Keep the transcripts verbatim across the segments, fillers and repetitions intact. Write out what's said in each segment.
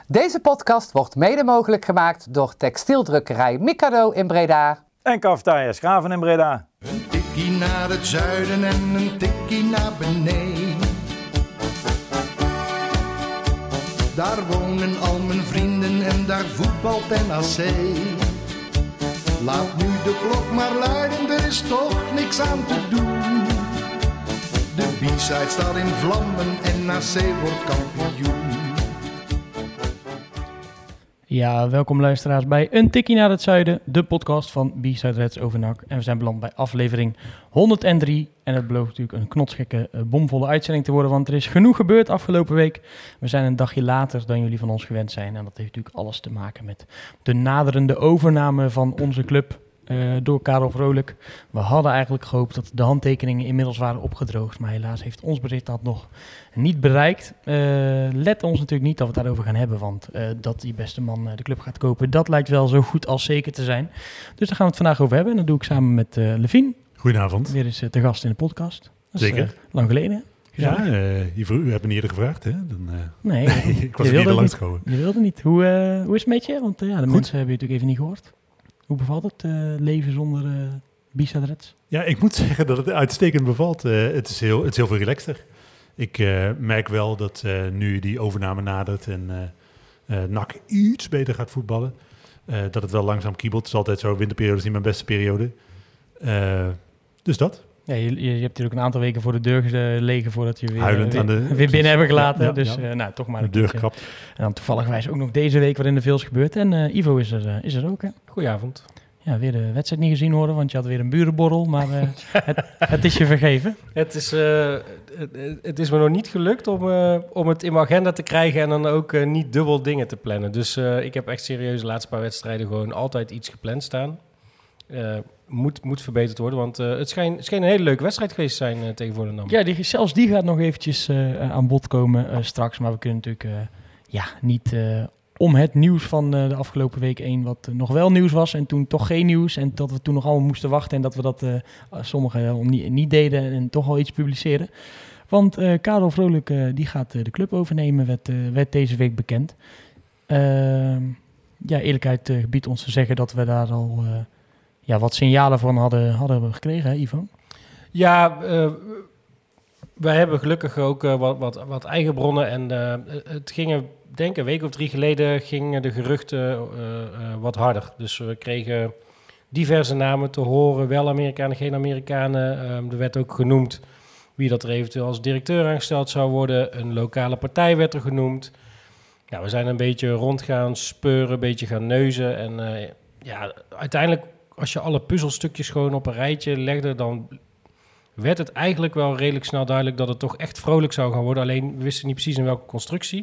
Deze podcast wordt mede mogelijk gemaakt door textieldrukkerij Mikado in Breda. En Cafetaria Schraven in Breda. Een tikkie naar het zuiden en een tikkie naar beneden. Daar wonen al mijn vrienden en daar voetbalt N A C. Laat nu de klok maar luiden, er is toch niks aan te doen. De B-side staat in vlammen en N A C wordt kampioen. Ja, welkom luisteraars bij Een Tikkie naar het Zuiden, de podcast van B-side Reds over N A C. En we zijn beland bij aflevering honderddrie. En het belooft natuurlijk een knotsgekke, uh, bomvolle uitzending te worden, want er is genoeg gebeurd afgelopen week. We zijn een dagje later dan jullie van ons gewend zijn. En dat heeft natuurlijk alles te maken met de naderende overname van onze club uh, door Karel Vrolijk. We hadden eigenlijk gehoopt dat de handtekeningen inmiddels waren opgedroogd, maar helaas heeft ons bericht dat nog niet bereikt. Uh, let ons natuurlijk niet dat we het daarover gaan hebben, want uh, dat die beste man uh, de club gaat kopen, dat lijkt wel zo goed als zeker te zijn. Dus daar gaan we het vandaag over hebben en dat doe ik samen met uh, Levien. Goedenavond. Weer eens uh, te gast in de podcast. Dat Zeker. Is, uh, lang geleden. Ja, uh, je, vroeg, u hebt me niet eerder gevraagd, hè? Dan, uh, nee, ik was er niet langs gekomen. Je wilde niet. Hoe, uh, hoe is het met je? Want uh, ja, de Goed. mensen hebben je natuurlijk even niet gehoord. Hoe bevalt het uh, leven zonder uh, B-side Reds? Ja, ik moet zeggen dat het uitstekend bevalt. Uh, het, is heel, het is heel veel relaxter. Ik uh, merk wel dat uh, nu die overname nadert en uh, uh, N A C iets beter gaat voetballen, uh, dat het wel langzaam kiebelt. Het is altijd zo, winterperiode is niet mijn beste periode. Uh, dus dat. Ja, je, je, je hebt natuurlijk een aantal weken voor de deur gelegen voordat je weer, Huilend weer, aan de, weer binnen hebben gelaten. Ja, ja, dus ja. Uh, nou, toch maar de deur gekrapt. En dan toevallig ook nog deze week waarin er veel is gebeurd. En uh, Ivo is er, uh, is er ook, hè? Goedenavond. Ja, weer de wedstrijd niet gezien horen, want je had weer een burenborrel, maar uh, het, het is je vergeven. Het is, uh, het, het is me nog niet gelukt om, uh, om het in mijn agenda te krijgen en dan ook uh, niet dubbel dingen te plannen. Dus uh, ik heb echt serieus de laatste paar wedstrijden gewoon altijd iets gepland staan. Uh, moet, moet verbeterd worden, want uh, het schijnt schijn een hele leuke wedstrijd geweest te zijn uh, tegen Volendam. Ja, die, zelfs die gaat nog eventjes uh, aan bod komen uh, straks, maar we kunnen natuurlijk uh, ja, niet uh, om het nieuws van uh, de afgelopen week één, wat uh, nog wel nieuws was en toen toch geen nieuws en dat we toen nog allemaal moesten wachten en dat we dat uh, sommigen uh, niet, niet deden en toch al iets publiceren. Want uh, Karel Vrolijk uh, die gaat uh, de club overnemen, werd, uh, werd deze week bekend. Uh, ja, eerlijkheid uh, gebiedt ons te zeggen dat we daar al uh, ja, wat signalen van hadden, hadden gekregen, hè, Ivo? Ja, uh, wij hebben gelukkig ook uh, wat, wat, wat eigen bronnen en uh, het gingen, denk ik, een week of drie geleden gingen de geruchten uh, uh, wat harder. Dus we kregen diverse namen te horen, wel Amerikanen, geen Amerikanen. Um, er werd ook genoemd wie dat er eventueel als directeur aangesteld zou worden. Een lokale partij werd er genoemd. Ja, we zijn een beetje rond gaan speuren, een beetje gaan neuzen. En uh, ja, uiteindelijk, als je alle puzzelstukjes gewoon op een rijtje legde, dan werd het eigenlijk wel redelijk snel duidelijk dat het toch echt vrolijk zou gaan worden. Alleen, we wisten niet precies in welke constructie.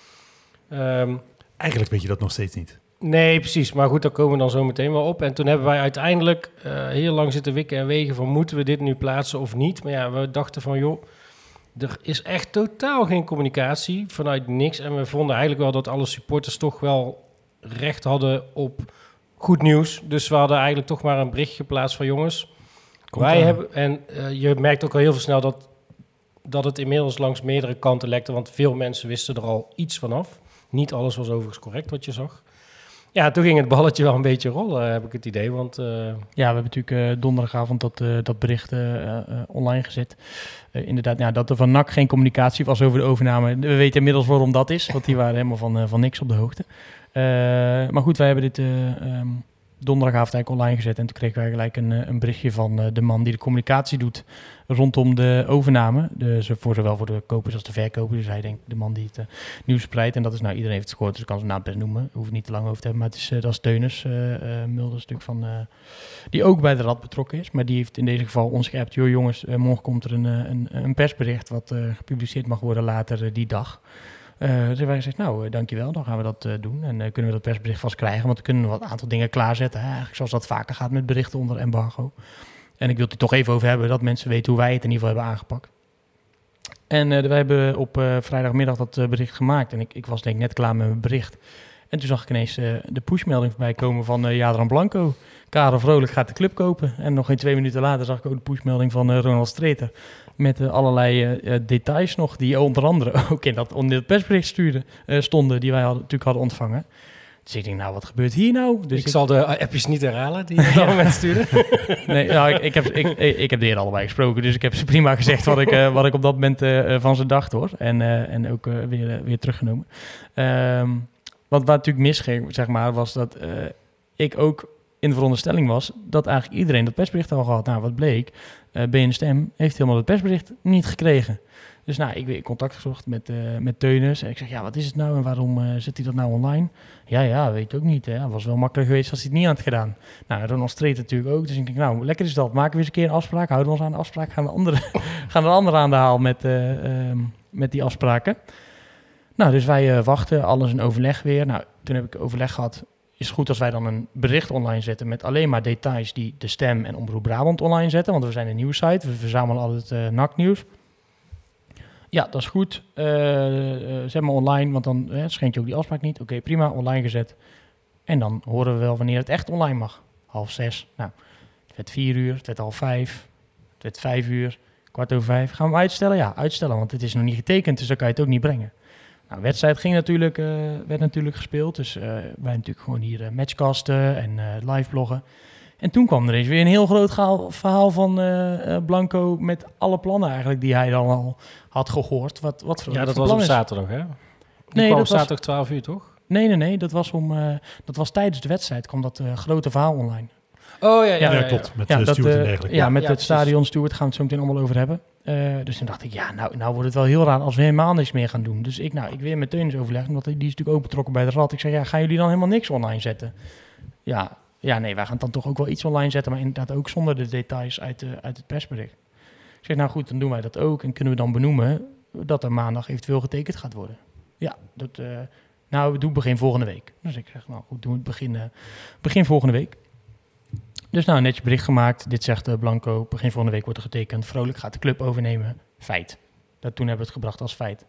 Um, Eigenlijk weet je dat nog steeds niet. Nee, precies. Maar goed, daar komen we dan zo meteen wel op. En toen hebben wij uiteindelijk uh, heel lang zitten wikken en wegen van moeten we dit nu plaatsen of niet. Maar ja, we dachten van joh, er is echt totaal geen communicatie vanuit niks. En we vonden eigenlijk wel dat alle supporters toch wel recht hadden op goed nieuws. Dus we hadden eigenlijk toch maar een bericht geplaatst van jongens. Komt wij aan. hebben En uh, je merkt ook al heel veel snel dat, dat het inmiddels langs meerdere kanten lekte. Want veel mensen wisten er al iets vanaf. Niet alles was overigens correct wat je zag. Ja, toen ging het balletje wel een beetje rollen, heb ik het idee. Want, uh... Ja, we hebben natuurlijk uh, donderdagavond dat, uh, dat bericht uh, uh, online gezet. Uh, inderdaad, ja, dat er van N A C geen communicatie was over de overname. We weten inmiddels waarom dat is, want die waren helemaal van, uh, van niks op de hoogte. Uh, maar goed, wij hebben dit uh, um, donderdagavond eigenlijk online gezet. En toen kregen wij gelijk een, een berichtje van uh, de man die de communicatie doet rondom de overname. Dus voor zowel voor de kopers als de verkopers. Dus hij denkt de man die het uh, nieuws spreidt. En dat is nou, iedereen heeft het gehoord, dus ik kan zijn naam best noemen. We hoeven niet te lang over te hebben, maar het is, uh, dat is Teunus uh, uh, Mulders stuk van, uh, die ook bij de Rad betrokken is. Maar die heeft in deze geval ons geappt. Joh jongens, uh, morgen komt er een, een, een persbericht wat uh, gepubliceerd mag worden later uh, die dag. Uh, dus hebben wij gezegd, nou, uh, dankjewel, dan gaan we dat uh, doen. En uh, kunnen we dat persbericht vast krijgen, want we kunnen wat aantal dingen klaarzetten. Hè? Eigenlijk zoals dat vaker gaat met berichten onder embargo. En ik wil het er toch even over hebben, dat mensen weten hoe wij het in ieder geval hebben aangepakt. En uh, wij hebben op uh, vrijdagmiddag dat uh, bericht gemaakt. En ik, ik was denk ik net klaar met mijn bericht. En toen zag ik ineens uh, de pushmelding voorbij komen van uh, Jadran Blanco. Karel Vrolijk gaat de club kopen. En nog geen twee minuten later zag ik ook de pushmelding van uh, Ronald Streeter. Met uh, allerlei uh, details nog, die onder andere ook in dat, in dat persbericht stuurde, uh, stonden, die wij hadden, natuurlijk hadden ontvangen. Dus ik denk, nou, wat gebeurt hier nou? Dus ik, ik zal de appjes niet herhalen die je op dat moment stuurde. Nee, nou, ik, ik, heb, ik, ik heb de heren allebei gesproken, dus ik heb ze prima gezegd wat ik, uh, wat ik op dat moment uh, van ze dacht, hoor. En, uh, en ook uh, weer, uh, weer teruggenomen. Um, wat, wat natuurlijk misging, zeg maar, was dat uh, ik ook in de veronderstelling was dat eigenlijk iedereen dat persbericht al gehad. Nou, wat bleek, uh, B N Stem heeft helemaal het persbericht niet gekregen. Dus nou, ik heb contact gezocht met, uh, met Teunis. En ik zeg, ja, wat is het nou en waarom uh, zet hij dat nou online? Ja, ja, weet ik ook niet. Het was wel makkelijk geweest als hij het niet had gedaan. Nou, Ronald Street natuurlijk ook. Dus ik denk, nou, lekker is dat. Maken we eens een keer een afspraak. Houden we ons aan de afspraak. Gaan de anderen, gaan de anderen aan de haal met, uh, uh, met die afspraken. Nou, dus wij uh, wachten. Alles in overleg weer. Nou, toen heb ik overleg gehad. Is het goed als wij dan een bericht online zetten met alleen maar details die de Stem en Omroep Brabant online zetten. Want we zijn een nieuwssite. We verzamelen altijd uh, N A C-nieuws. Ja, dat is goed. Uh, uh, zet maar online, want dan uh, schendt je ook die afspraak niet. Oké, okay, prima, online gezet. En dan horen we wel wanneer het echt online mag. Half zes. Nou, het werd vier uur, het werd half vijf. Het werd vijf uur, kwart over vijf. Gaan we hem uitstellen? Ja, uitstellen, want het is nog niet getekend, dus dan kan je het ook niet brengen. Nou, de wedstrijd ging natuurlijk, uh, werd natuurlijk gespeeld. Dus uh, wij natuurlijk gewoon hier uh, matchcasten en uh, live bloggen. En toen kwam er eens weer een heel groot gehaal, verhaal van uh, Blanco met alle plannen eigenlijk die hij dan al had gehoord. Wat, wat voor ja, dat was op zaterdag, hè? Die nee, kwam dat op zaterdag was, twaalf uur, toch? Nee, nee, nee. Dat was, om, uh, dat was tijdens de wedstrijd, kwam dat uh, grote verhaal online. Oh ja, ja, ja, ja, ja klopt. Met ja, uh, dat, Stuart uh, en dergelijke. Ja, ja met ja, het precies. stadion Stuart gaan we het zo meteen allemaal over hebben. Uh, dus toen dacht ik, ja, nou, nou wordt het wel heel raar als we helemaal niks meer gaan doen. Dus ik, nou, ik weer met Teunis overleggen, omdat die is natuurlijk ook betrokken bij de rad. Ik zeg, ja, gaan jullie dan helemaal niks online zetten? Ja, ja, nee, wij gaan het dan toch ook wel iets online zetten, maar inderdaad ook zonder de details uit, de, uit het persbericht. Ik zeg, nou goed, dan doen wij dat ook en kunnen we dan benoemen dat er maandag eventueel getekend gaat worden. Ja, dat, uh, nou, we doen begin volgende week. Dus ik zeg, nou goed, doen we het begin, uh, begin volgende week. Dus nou, netjes bericht gemaakt. Dit zegt uh, Blanco, begin volgende week wordt er getekend. Vrolijk gaat de club overnemen. Feit. Dat, toen hebben we het gebracht als feit.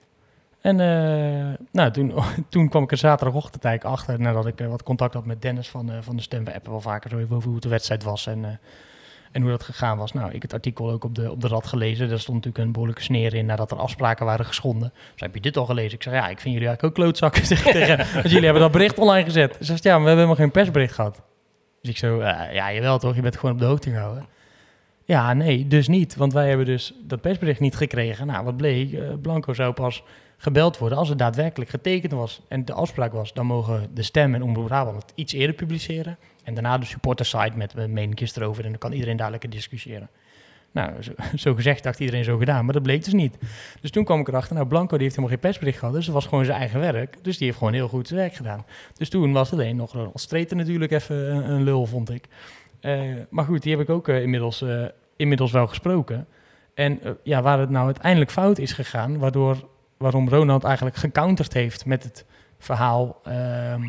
En uh, nou, toen, toen kwam ik er zaterdagochtend eigenlijk achter, nadat ik uh, wat contact had met Dennis van, uh, van de Stem. We appen wel vaker zo even over hoe de wedstrijd was en, uh, en hoe dat gegaan was. Nou, ik het artikel ook op de, op de rad gelezen. Daar stond natuurlijk een behoorlijke sneer in nadat er afspraken waren geschonden. Dus heb je dit al gelezen? Ik zeg, ja, ik vind jullie eigenlijk ook klootzakken. Zeg ik tegen, want jullie hebben dat bericht online gezet. Ze zegt, ja, maar we hebben helemaal geen persbericht gehad. Dus ik zo, uh, ja, jawel toch, je bent gewoon op de hoogte gehouden. Ja, nee, dus niet. Want wij hebben dus dat persbericht niet gekregen. Nou, wat bleek, uh, Blanco zou pas gebeld worden als het daadwerkelijk getekend was en de afspraak was. Dan mogen de Stem en Omroep Brabant het iets eerder publiceren. En daarna de supportersite met, met meningjes erover. En dan kan iedereen daar lekker discussiëren. Nou, zo, zo gezegd, dacht iedereen zo gedaan. Maar dat bleek dus niet. Dus toen kwam ik erachter, nou, Blanco die heeft helemaal geen persbericht gehad. Dus dat was gewoon zijn eigen werk. Dus die heeft gewoon heel goed zijn werk gedaan. Dus toen was alleen nog Ronald Streeter natuurlijk even een, een lul, vond ik. Uh, maar goed, die heb ik ook uh, inmiddels, uh, inmiddels wel gesproken. En uh, ja, waar het nou uiteindelijk fout is gegaan, waardoor, waarom Ronald eigenlijk gecounterd heeft met het verhaal uh,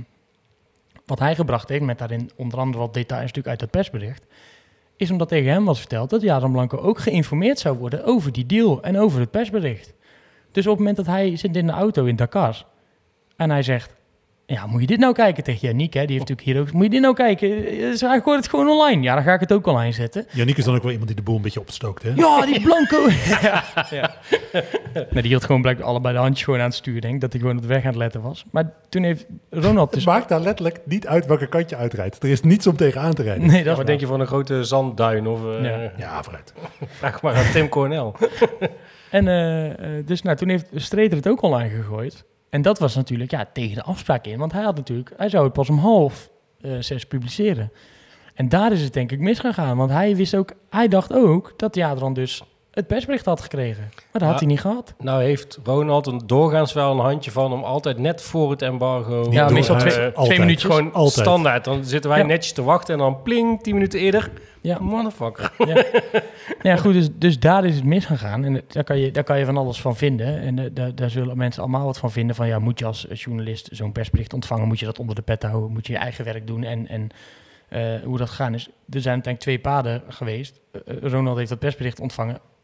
wat hij gebracht heeft, met daarin onder andere wat details natuurlijk uit het persbericht, is omdat tegen hem was verteld dat Jadran Blanco ook geïnformeerd zou worden over die deal en over het persbericht. Dus op het moment dat hij zit in de auto in Dakar en hij zegt, ja, moet je dit nou kijken tegen Yannick, hè? Die heeft natuurlijk hier ook, moet je dit nou kijken? Dus hij gooit het gewoon online. Ja, dan ga ik het ook online zetten. Yannick is dan ook wel iemand die de boel een beetje opstookt, hè? Ja, die Blanco. ja, ja. Nee, die hield gewoon blijkbaar allebei de handjes gewoon aan het sturen, denk ik, dat hij gewoon op de weg aan het letten was. Maar toen heeft Ronald dus... Het maakt daar letterlijk niet uit welke kant je uitrijdt. Er is niets om tegenaan te rijden. Nee, dat Wat denk je van een grote zandduin? Of, uh, Ja. Ja, vooruit. Vraag maar aan Tim Cornel. En uh, dus nou, toen heeft Streeter het ook online gegooid. En dat was natuurlijk ja, tegen de afspraak in. Want hij had natuurlijk, hij zou het pas om half uh, zes publiceren. En daar is het denk ik mis gegaan. Want hij wist ook, hij dacht ook dat Jadran dus het persbericht had gekregen. Maar dat ja. had hij niet gehad. Nou heeft Ronald een doorgaans wel een handje van om altijd net voor het embargo... Ja, door, meestal uh, twee, altijd. twee minuutjes. Gewoon Altijd. standaard. Dan zitten wij Ja. netjes te wachten en dan pling, tien minuten eerder. Ja. Motherfucker. Ja, ja goed, dus, dus daar is het misgegaan. En daar kan je, daar kan je van alles van vinden. En uh, daar, daar zullen mensen allemaal wat van vinden. Van ja, moet je als journalist zo'n persbericht ontvangen? Moet je dat onder de pet houden? Moet je je eigen werk doen? En, en uh, hoe dat gegaan is. Er zijn uiteindelijk twee paden geweest. Uh, Ronald heeft dat persbericht ontvangen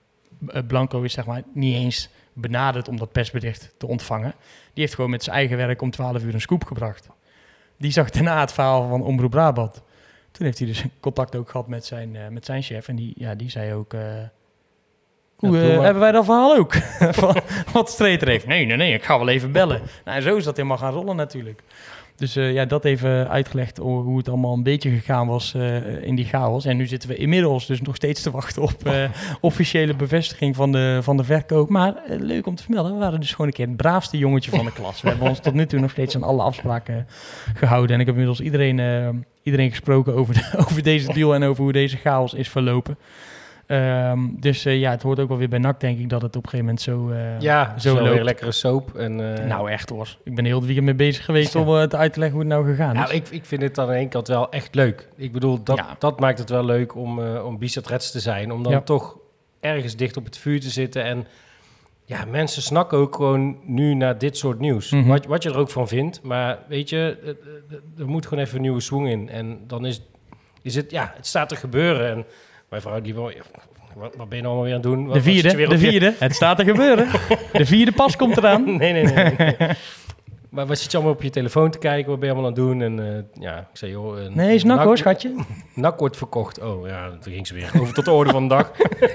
uh, Blanco is zeg maar niet eens benaderd om dat persbericht te ontvangen. Die heeft gewoon met zijn eigen werk om twaalf uur een scoop gebracht. Die zag daarna het verhaal van Omroep Brabant. Toen heeft hij dus contact ook gehad met zijn, uh, met zijn chef. En die, ja, die zei ook... Uh, Hoe, uh, hebben wij dat verhaal ook? Wat Streeter heeft. Nee, nee, nee, ik ga wel even bellen. Nou, en zo is dat helemaal gaan rollen natuurlijk. Dus uh, ja, dat even uitgelegd hoe het allemaal een beetje gegaan was uh, in die chaos. En nu zitten we inmiddels dus nog steeds te wachten op uh, officiële bevestiging van de, van de verkoop. Maar uh, leuk om te vermelden, we waren dus gewoon een keer het braafste jongetje van de klas. We hebben ons tot nu toe nog steeds aan alle afspraken gehouden. En ik heb inmiddels iedereen, uh, iedereen gesproken over, de, over deze deal en over hoe deze chaos is verlopen. Um, dus uh, ja, het hoort ook wel weer bij N A C, denk ik, dat het op een gegeven moment zo uh, ja, zo loopt. Weer lekkere soap. En, uh... Nou, echt hoor. Ik ben heel het weekend mee bezig geweest om uh, te uit te leggen hoe het nou gegaan is. Nou, ik, ik vind het aan de ene kant wel echt leuk. Ik bedoel, dat, ja. dat maakt het wel leuk om, uh, om Bizet Reds te zijn. Om dan ja. toch ergens dicht op het vuur te zitten. En ja, mensen snakken ook gewoon nu naar dit soort nieuws. Mm-hmm. Wat, wat je er ook van vindt. Maar weet je, er moet gewoon even een nieuwe swing in. En dan is, is het, ja, het staat te gebeuren. En mijn vrouw die wil, ja, wat, wat ben je nou allemaal weer aan het doen? Wat, de vierde, de vierde. Je... Het staat te gebeuren. De vierde pas komt eraan. nee, nee, nee. nee. Maar wat zit je allemaal op je telefoon te kijken? Wat ben je allemaal aan het doen? En uh, ja, ik zei, joh... Uh, nee, is N A C hoor, schatje. N A C wordt verkocht. Oh ja, toen ging ze weer over tot de orde van de dag.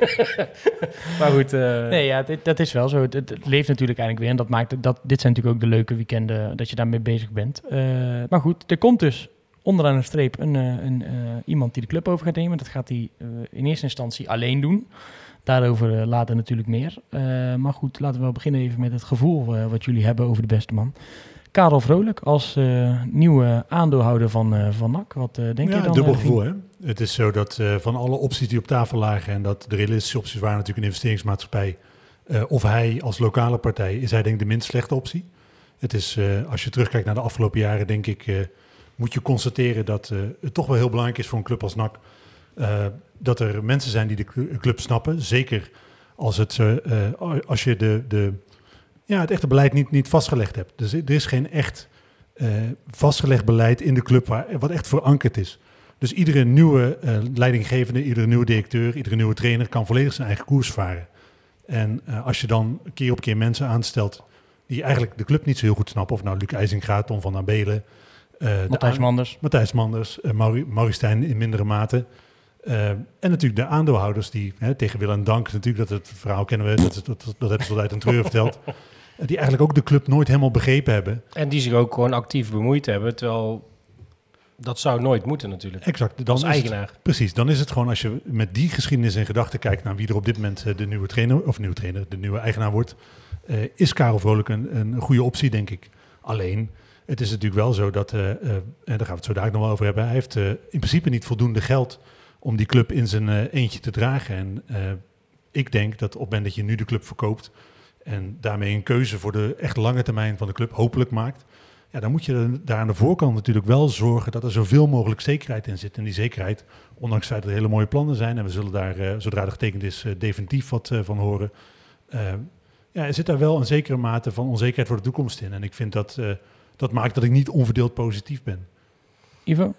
Maar goed. Uh... Nee, ja, dit, dat is wel zo. Het, het leeft natuurlijk eigenlijk weer. En dat maakt dat, dit zijn natuurlijk ook de leuke weekenden dat je daarmee bezig bent. Uh, maar goed, er komt dus onderaan een streep een, een, een, uh, iemand die de club over gaat nemen. Dat gaat hij uh, in eerste instantie alleen doen. Daarover uh, later natuurlijk meer. Uh, maar goed, laten we wel beginnen even met het gevoel uh, wat jullie hebben over de beste man. Karel Vrolijk als uh, nieuwe aandeelhouder van, uh, van N A C. Wat uh, denk ja, je dan? Ja, dubbel gevoel. Hè? Het is zo dat uh, van alle opties die op tafel lagen... en dat de realistische opties waren natuurlijk een investeringsmaatschappij... Uh, of hij als lokale partij is hij denk ik de minst slechte optie. Het is, uh, als je terugkijkt naar de afgelopen jaren, denk ik... Uh, moet je constateren dat uh, het toch wel heel belangrijk is voor een club als N A C... Uh, dat er mensen zijn die de club snappen. Zeker als, het, uh, als je de, de, ja, het echte beleid niet, niet vastgelegd hebt. Dus er is geen echt uh, vastgelegd beleid in de club waar, wat echt verankerd is. Dus iedere nieuwe uh, leidinggevende, iedere nieuwe directeur, iedere nieuwe trainer kan volledig zijn eigen koers varen. En uh, als je dan keer op keer mensen aanstelt die eigenlijk de club niet zo heel goed snappen, of nou Luc IJzinga, Tom van Abelen, uh, Matthijs Manders, Matthijs Manders, uh, Mauri, Maurice Stijn in mindere mate. Uh, en natuurlijk de aandeelhouders die, hè, tegen wil en dank natuurlijk, dat het verhaal kennen we, dat, dat, dat, dat hebben ze tot uit een treur verteld, uh, die eigenlijk ook de club nooit helemaal begrepen hebben. En die zich ook gewoon actief bemoeid hebben, terwijl dat zou nooit moeten natuurlijk. Exact. Dan als eigenaar. Het, precies, dan is het gewoon als je met die geschiedenis in gedachten kijkt naar wie er op dit moment uh, de nieuwe trainer, of nieuwe trainer, de nieuwe eigenaar wordt, uh, is Karel Vrolijk een, een goede optie, denk ik. Alleen, het is natuurlijk wel zo dat, uh, uh, en daar gaan we het zo dadelijk nog wel over hebben, hij heeft uh, in principe niet voldoende geld om die club in zijn uh, eentje te dragen. En uh, ik denk dat op het moment dat je nu de club verkoopt en daarmee een keuze voor de echt lange termijn van de club hopelijk maakt, ja, dan moet je daar aan de voorkant natuurlijk wel zorgen dat er zoveel mogelijk zekerheid in zit. En die zekerheid, ondanks het feit dat er hele mooie plannen zijn, en we zullen daar, uh, zodra er getekend is, uh, definitief wat uh, van horen, uh, ja, er zit daar wel een zekere mate van onzekerheid voor de toekomst in. En ik vind dat, uh, dat maakt dat ik niet onverdeeld positief ben. Ivo?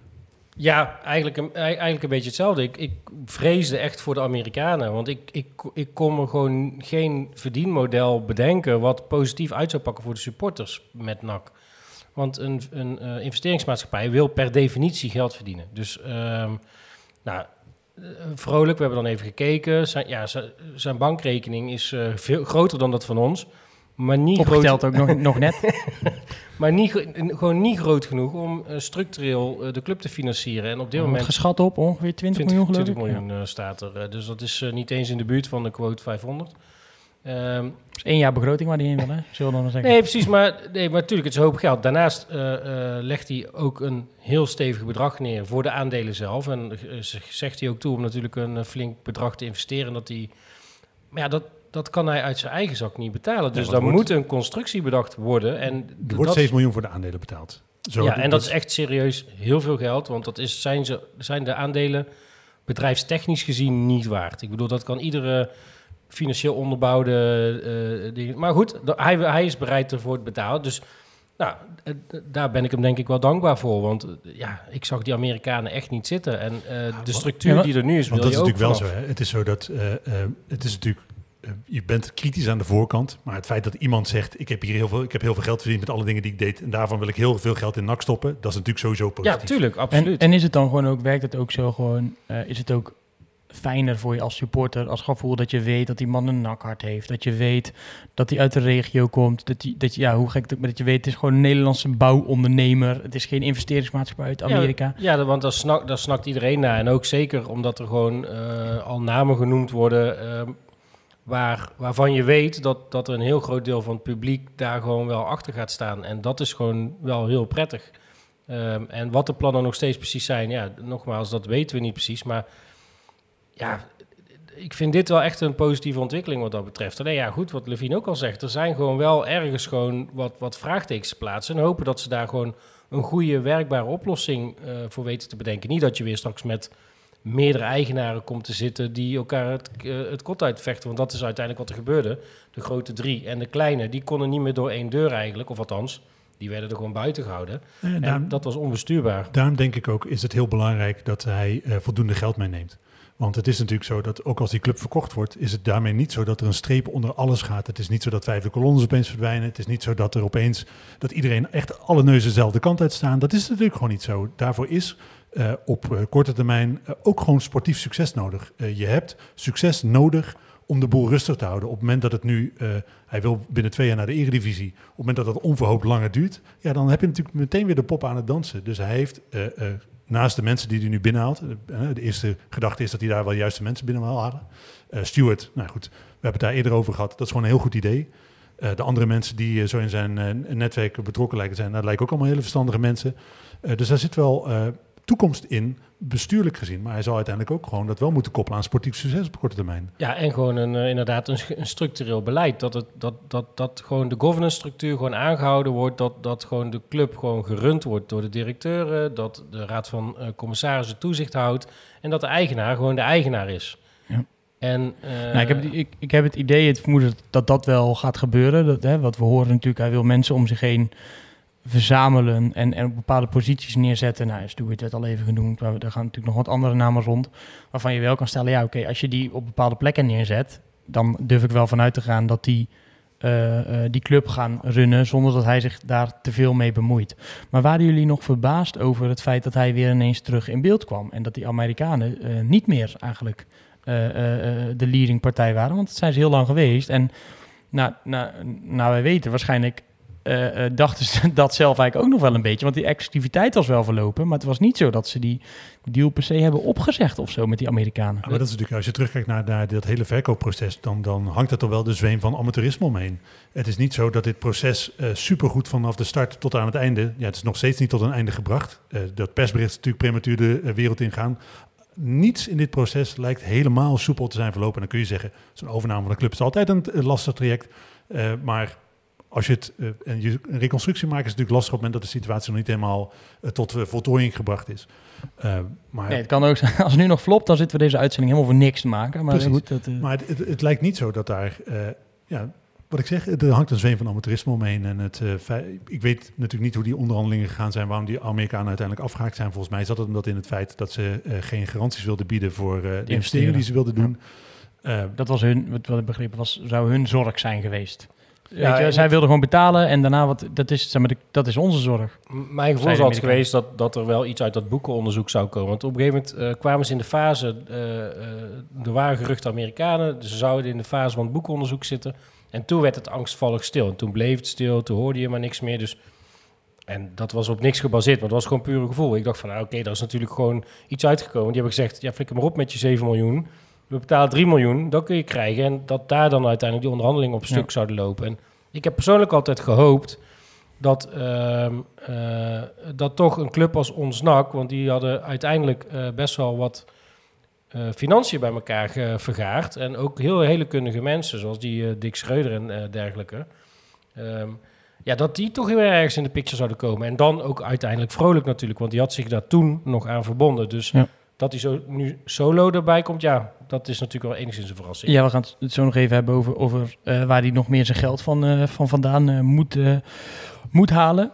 Ja, eigenlijk een, eigenlijk een beetje hetzelfde. Ik, ik vreesde echt voor de Amerikanen. Want ik, ik, ik kon me gewoon geen verdienmodel bedenken wat positief uit zou pakken voor de supporters met N A C. Want een, een uh, investeringsmaatschappij wil per definitie geld verdienen. Dus um, nou, Vrolijk, we hebben dan even gekeken. Zijn, ja, zijn bankrekening is uh, veel groter dan dat van ons. Maar niet opgeteld groot... ook nog, nog net. Maar niet, gewoon niet groot genoeg om uh, structureel uh, de club te financieren. En op dit moment geschat op ongeveer twintig miljoen geloof ik. twintig miljoen uh, staat er. Uh, dus dat is uh, niet eens in de buurt van de quote vijfhonderd. Um, dat is één jaar begroting waar die heen wil, hè? Zullen we dan zeggen? Nee, precies. Maar, nee, maar natuurlijk, het is een hoop geld. Daarnaast uh, uh, legt hij ook een heel stevig bedrag neer voor de aandelen zelf. En uh, zegt hij ook toe om natuurlijk een uh, flink bedrag te investeren. Dat hij, maar ja, dat... Dat kan hij uit zijn eigen zak niet betalen. Dus ja, dan wordt, moet een constructie bedacht worden. En er wordt zeven miljoen voor de aandelen betaald. Zo, ja, en dat is echt serieus heel veel geld. Want dat is, zijn, ze, zijn de aandelen bedrijfstechnisch gezien niet waard. Ik bedoel, dat kan iedere financieel onderbouwde uh, ding. Maar goed, hij, hij is bereid ervoor te betalen. Dus Nou, uh, daar ben ik hem denk ik wel dankbaar voor. Want uh, ja, ik zag die Amerikanen echt niet zitten. En uh, de structuur ja, die er nu is, Want wil dat is je ook natuurlijk wel vanaf. zo. Hè? Het is zo dat uh, uh, het is natuurlijk. Uh, je bent kritisch aan de voorkant, maar het feit dat iemand zegt: ik heb hier heel veel, ik heb heel veel geld verdiend met alle dingen die ik deed en daarvan wil ik heel veel geld in N A C stoppen, dat is natuurlijk sowieso positief. Ja, tuurlijk, En, absoluut. en is het dan gewoon ook, werkt het ook zo gewoon, uh, is het ook fijner voor je als supporter, als gevoel dat je weet dat die man een nakhart heeft, dat je weet dat hij uit de regio komt, dat je, dat je, ja, hoe gek het ook, maar dat je weet, het is gewoon een Nederlandse bouwondernemer, het is geen investeringsmaatschappij uit Amerika. Ja, ja, want daar, snak, daar snakt iedereen naar. En ook zeker omdat er gewoon uh, al namen genoemd worden uh, waar, waarvan je weet dat, dat er een heel groot deel van het publiek daar gewoon wel achter gaat staan. En dat is gewoon wel heel prettig. Um, en wat de plannen nog steeds precies zijn, ja, nogmaals, dat weten we niet precies, maar ja, ik vind dit wel echt een positieve ontwikkeling wat dat betreft. Alleen ja, goed, wat Levine ook al zegt, er zijn gewoon wel ergens gewoon wat, wat vraagtekens te plaatsen. En hopen dat ze daar gewoon een goede, werkbare oplossing uh, voor weten te bedenken. Niet dat je weer straks met meerdere eigenaren komt te zitten die elkaar het, uh, het kot uitvechten. Want dat is uiteindelijk wat er gebeurde. De grote drie en de kleine, die konden niet meer door één deur eigenlijk, of althans, die werden er gewoon buiten gehouden. En En daarom, dat was onbestuurbaar. daarom denk ik ook, is het heel belangrijk dat hij uh, voldoende geld meeneemt. Want het is natuurlijk zo dat ook als die club verkocht wordt, is het daarmee niet zo dat er een streep onder alles gaat. Het is niet zo dat vijfde kolonnes opeens verdwijnen. Het is niet zo dat er opeens, dat iedereen echt alle neuzen dezelfde kant uit staan. Dat is natuurlijk gewoon niet zo. Daarvoor is uh, op uh, korte termijn uh, ook gewoon sportief succes nodig. Uh, je hebt succes nodig om de boel rustig te houden. Op het moment dat het nu, uh, hij wil binnen twee jaar naar de Eredivisie, op het moment dat dat onverhoopt langer duurt, ja, dan heb je natuurlijk meteen weer de pop aan het dansen. Dus hij heeft Uh, uh, naast de mensen die hij nu binnenhaalt. De eerste gedachte is dat hij daar wel juist de mensen binnen wil halen. Uh, Stuart, nou goed, we hebben het daar eerder over gehad. Dat is gewoon een heel goed idee. Uh, de andere mensen die uh, zo in zijn uh, netwerk betrokken lijken te zijn, dat lijken ook allemaal hele verstandige mensen. Uh, dus daar zit wel uh, toekomst in, bestuurlijk gezien. Maar hij zal uiteindelijk ook gewoon dat wel moeten koppelen aan sportief succes op korte termijn. Ja, en gewoon een, uh, inderdaad een, een structureel beleid. Dat, het, dat, dat, dat gewoon de governance structuur gewoon aangehouden wordt. Dat, dat gewoon de club gewoon gerund wordt door de directeuren. Dat de raad van uh, commissarissen toezicht houdt. En dat de eigenaar gewoon de eigenaar is. Ja. En, uh, Nou, ik, heb, ik, ik heb het idee, het vermoeden dat dat wel gaat gebeuren. Dat, hè, wat we horen natuurlijk, hij wil mensen om zich heen verzamelen en, en op bepaalde posities neerzetten. Nou, Stuart werd al even genoemd, maar er gaan natuurlijk nog wat andere namen rond, waarvan je wel kan stellen, ja oké, okay, als je die op bepaalde plekken neerzet, dan durf ik wel vanuit te gaan dat die uh, uh, die club gaan runnen zonder dat hij zich daar te veel mee bemoeit. Maar waren jullie nog verbaasd over het feit dat hij weer ineens terug in beeld kwam en dat die Amerikanen uh, niet meer eigenlijk uh, uh, de leading partij waren? Want dat zijn ze heel lang geweest en nou, nou, nou wij weten waarschijnlijk Uh, uh, dachten ze dat zelf eigenlijk ook nog wel een beetje. Want die exclusiviteit was wel verlopen. Maar het was niet zo dat ze die deal per se hebben opgezegd of zo met die Amerikanen. Ja, maar dat is natuurlijk, als je terugkijkt naar, naar dat hele verkoopproces, dan, dan hangt er toch wel de zweem van amateurisme omheen. Het is niet zo dat dit proces uh, supergoed vanaf de start tot aan het einde, ja, het is nog steeds niet tot een einde gebracht. Uh, dat persbericht is natuurlijk prematuur de uh, wereld ingaan. Niets in dit proces lijkt helemaal soepel te zijn verlopen. En dan kun je zeggen, zo'n overname van een club is altijd een, een lastig traject. Uh, maar als je het, uh, en je een reconstructie maakt is het natuurlijk lastig op het moment dat de situatie nog niet helemaal uh, tot uh, voltooiing gebracht is. Uh, maar, nee, het kan ook zijn, als het nu nog flopt, dan zitten we deze uitzending helemaal voor niks te maken. Maar goed, dat, uh... maar het, het, het lijkt niet zo dat daar, uh, ja, wat ik zeg, er hangt een zweem van amateurisme omheen. En het, uh, fe- ik weet natuurlijk niet hoe die onderhandelingen gegaan zijn, waarom die Amerikanen uiteindelijk afgehaakt zijn. Volgens mij zat het omdat in het feit dat ze uh, geen garanties wilden bieden voor uh, de investeringen die ze wilden doen. Ja. Uh, dat was hun, wat ik begrepen was, zou hun zorg zijn geweest. Ja, Weet je, zij wilden gewoon betalen en daarna, wat, dat, is, zeg maar, de, dat is onze zorg. Mijn gevoel is altijd geweest dat, dat er wel iets uit dat boekenonderzoek zou komen. Want op een gegeven moment uh, kwamen ze in de fase, uh, uh, er waren geruchten Amerikanen, dus ze zouden in de fase van het boekenonderzoek zitten. En toen werd het angstvallig stil. En toen bleef het stil, toen hoorde je maar niks meer. Dus, en dat was op niks gebaseerd, maar dat was gewoon puur gevoel. Ik dacht van, nou, oké, okay, daar is natuurlijk gewoon iets uitgekomen. Die hebben gezegd, ja, flikker maar op met je zeven miljoen. We betalen drie miljoen, dat kun je krijgen. En dat daar dan uiteindelijk die onderhandelingen op stuk ja. zouden lopen. En ik heb persoonlijk altijd gehoopt dat, uh, uh, dat toch een club als ons N A C, want die hadden uiteindelijk uh, best wel wat uh, financiën bij elkaar uh, vergaard. En ook heel hele kundige mensen, zoals die uh, Dick Schreuder en uh, dergelijke. Um, ja, dat die toch heel ergens in de picture zouden komen. En dan ook uiteindelijk Vrolijk natuurlijk, want die had zich daar toen nog aan verbonden. Dus ja. Dat hij zo, nu solo erbij komt, ja, dat is natuurlijk wel enigszins een verrassing. Ja, we gaan het zo nog even hebben over, over uh, waar hij nog meer zijn geld van, uh, van vandaan uh, moet, uh, moet halen.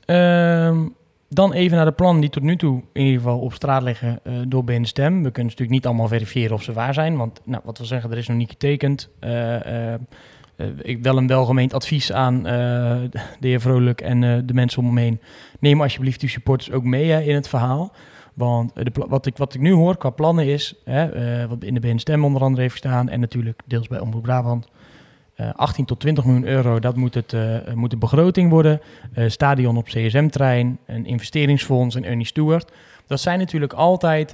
Uh, dan even naar de plannen die tot nu toe in ieder geval op straat liggen uh, door B N Stem. We kunnen natuurlijk niet allemaal verifiëren of ze waar zijn, want nou, wat we zeggen, er is nog niet getekend. Uh, uh, uh, ik wel een welgemeend advies aan uh, de heer Vrolijk en uh, de mensen om hem heen. Neem alsjeblieft uw supporters ook mee hè, in het verhaal. Want de, wat, ik, wat ik nu hoor qua plannen is, hè, uh, wat in de B N Stem onder andere heeft gestaan en natuurlijk deels bij Omroep Brabant, uh, achttien tot twintig miljoen euro, dat moet, het, uh, moet de begroting worden. Uh, stadion op C S M-terrein, een investeringsfonds en Ernie Stewart. Dat zijn natuurlijk altijd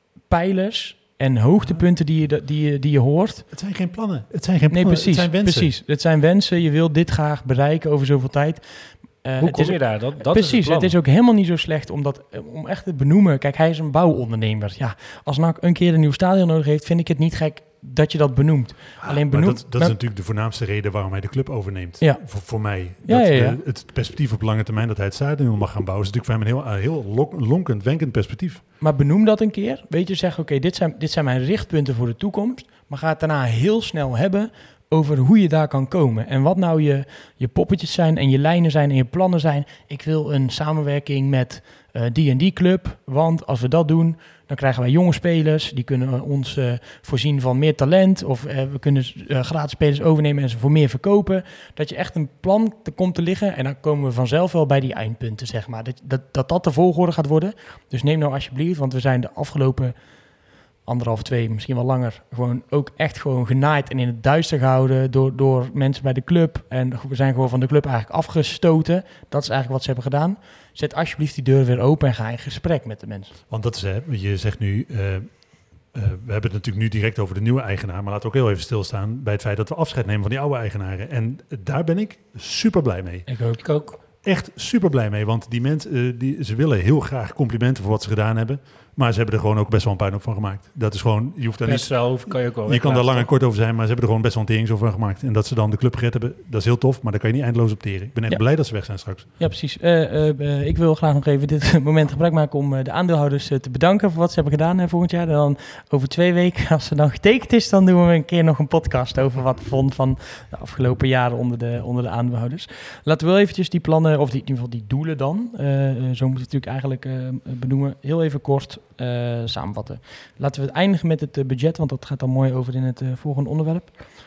pijlers en hoogtepunten die je, die je, die je hoort. Het zijn geen plannen, het zijn geen plannen, nee, precies, het zijn wensen. Precies, het zijn wensen, je wilt dit graag bereiken over zoveel tijd. Uh, Hoe kom je daar? Dat, dat precies, is het, het is ook helemaal niet zo slecht om, dat, om echt te benoemen. Kijk, hij is een bouwondernemer. Ja, als N A C een keer een nieuw stadion nodig heeft, vind ik het niet gek dat je dat benoemt. Ah, Alleen benoemt dat, dat is natuurlijk de voornaamste reden waarom hij de club overneemt. Ja. Voor, voor mij. Ja, Dat, ja, ja. De, het perspectief op lange termijn dat hij het stadion mag gaan bouwen, is natuurlijk voor hem een heel, heel lok, lonkend, wenkend perspectief. Maar benoem dat een keer. Weet je, zeg oké, okay, dit, zijn, dit zijn mijn richtpunten voor de toekomst. Maar ga het daarna heel snel hebben over hoe je daar kan komen. En wat nou je, je poppetjes zijn en je lijnen zijn en je plannen zijn. Ik wil een samenwerking met uh, die en die club. Want als we dat doen, dan krijgen wij jonge spelers. Die kunnen ons uh, voorzien van meer talent. Of uh, we kunnen uh, gratis spelers overnemen en ze voor meer verkopen. Dat je echt een plan te komt te liggen. En dan komen we vanzelf wel bij die eindpunten, zeg maar. Dat dat, dat, dat de volgorde gaat worden. Dus neem nou alsjeblieft, want we zijn de afgelopen anderhalf, twee, misschien wel langer, gewoon ook echt gewoon genaaid en in het duister gehouden door, door mensen bij de club. En we zijn gewoon van de club eigenlijk afgestoten. Dat is eigenlijk wat ze hebben gedaan. Zet alsjeblieft die deur weer open en ga in gesprek met de mensen. Want dat is, hè, je zegt nu, uh, uh, we hebben het natuurlijk nu direct over de nieuwe eigenaar, maar laten we ook heel even stilstaan bij het feit dat we afscheid nemen van die oude eigenaren. En daar ben ik super blij mee. Ik ook. Ik ook. Echt super blij mee, want die mensen, uh, die, ze willen heel graag complimenten voor wat ze gedaan hebben. Maar ze hebben er gewoon ook best wel een puinhoop van gemaakt. Dat is gewoon, je hoeft daar Best niet... wel, kan je ook wel Je kan daar lang en toch? kort over zijn, maar ze hebben er gewoon best wel een tering van gemaakt. En dat ze dan de club gered hebben, dat is heel tof, maar daar kan je niet eindeloos op teren. Ik ben echt Ja. blij dat ze weg zijn straks. Ja, precies. Uh, uh, uh, ik wil graag nog even dit moment gebruik maken om uh, de aandeelhouders uh, te bedanken voor wat ze hebben gedaan uh, volgend jaar. En dan over twee weken, als ze dan getekend is, dan doen we een keer nog een podcast over wat we vonden van de afgelopen jaren onder de, onder de aandeelhouders. Laten we wel eventjes die plannen, of die, in ieder geval die doelen dan, uh, uh, zo moet je het natuurlijk eigenlijk uh, benoemen, heel even kort uh, samenvatten. Laten we het eindigen met het uh, budget, want dat gaat dan mooi over in het uh, volgende onderwerp.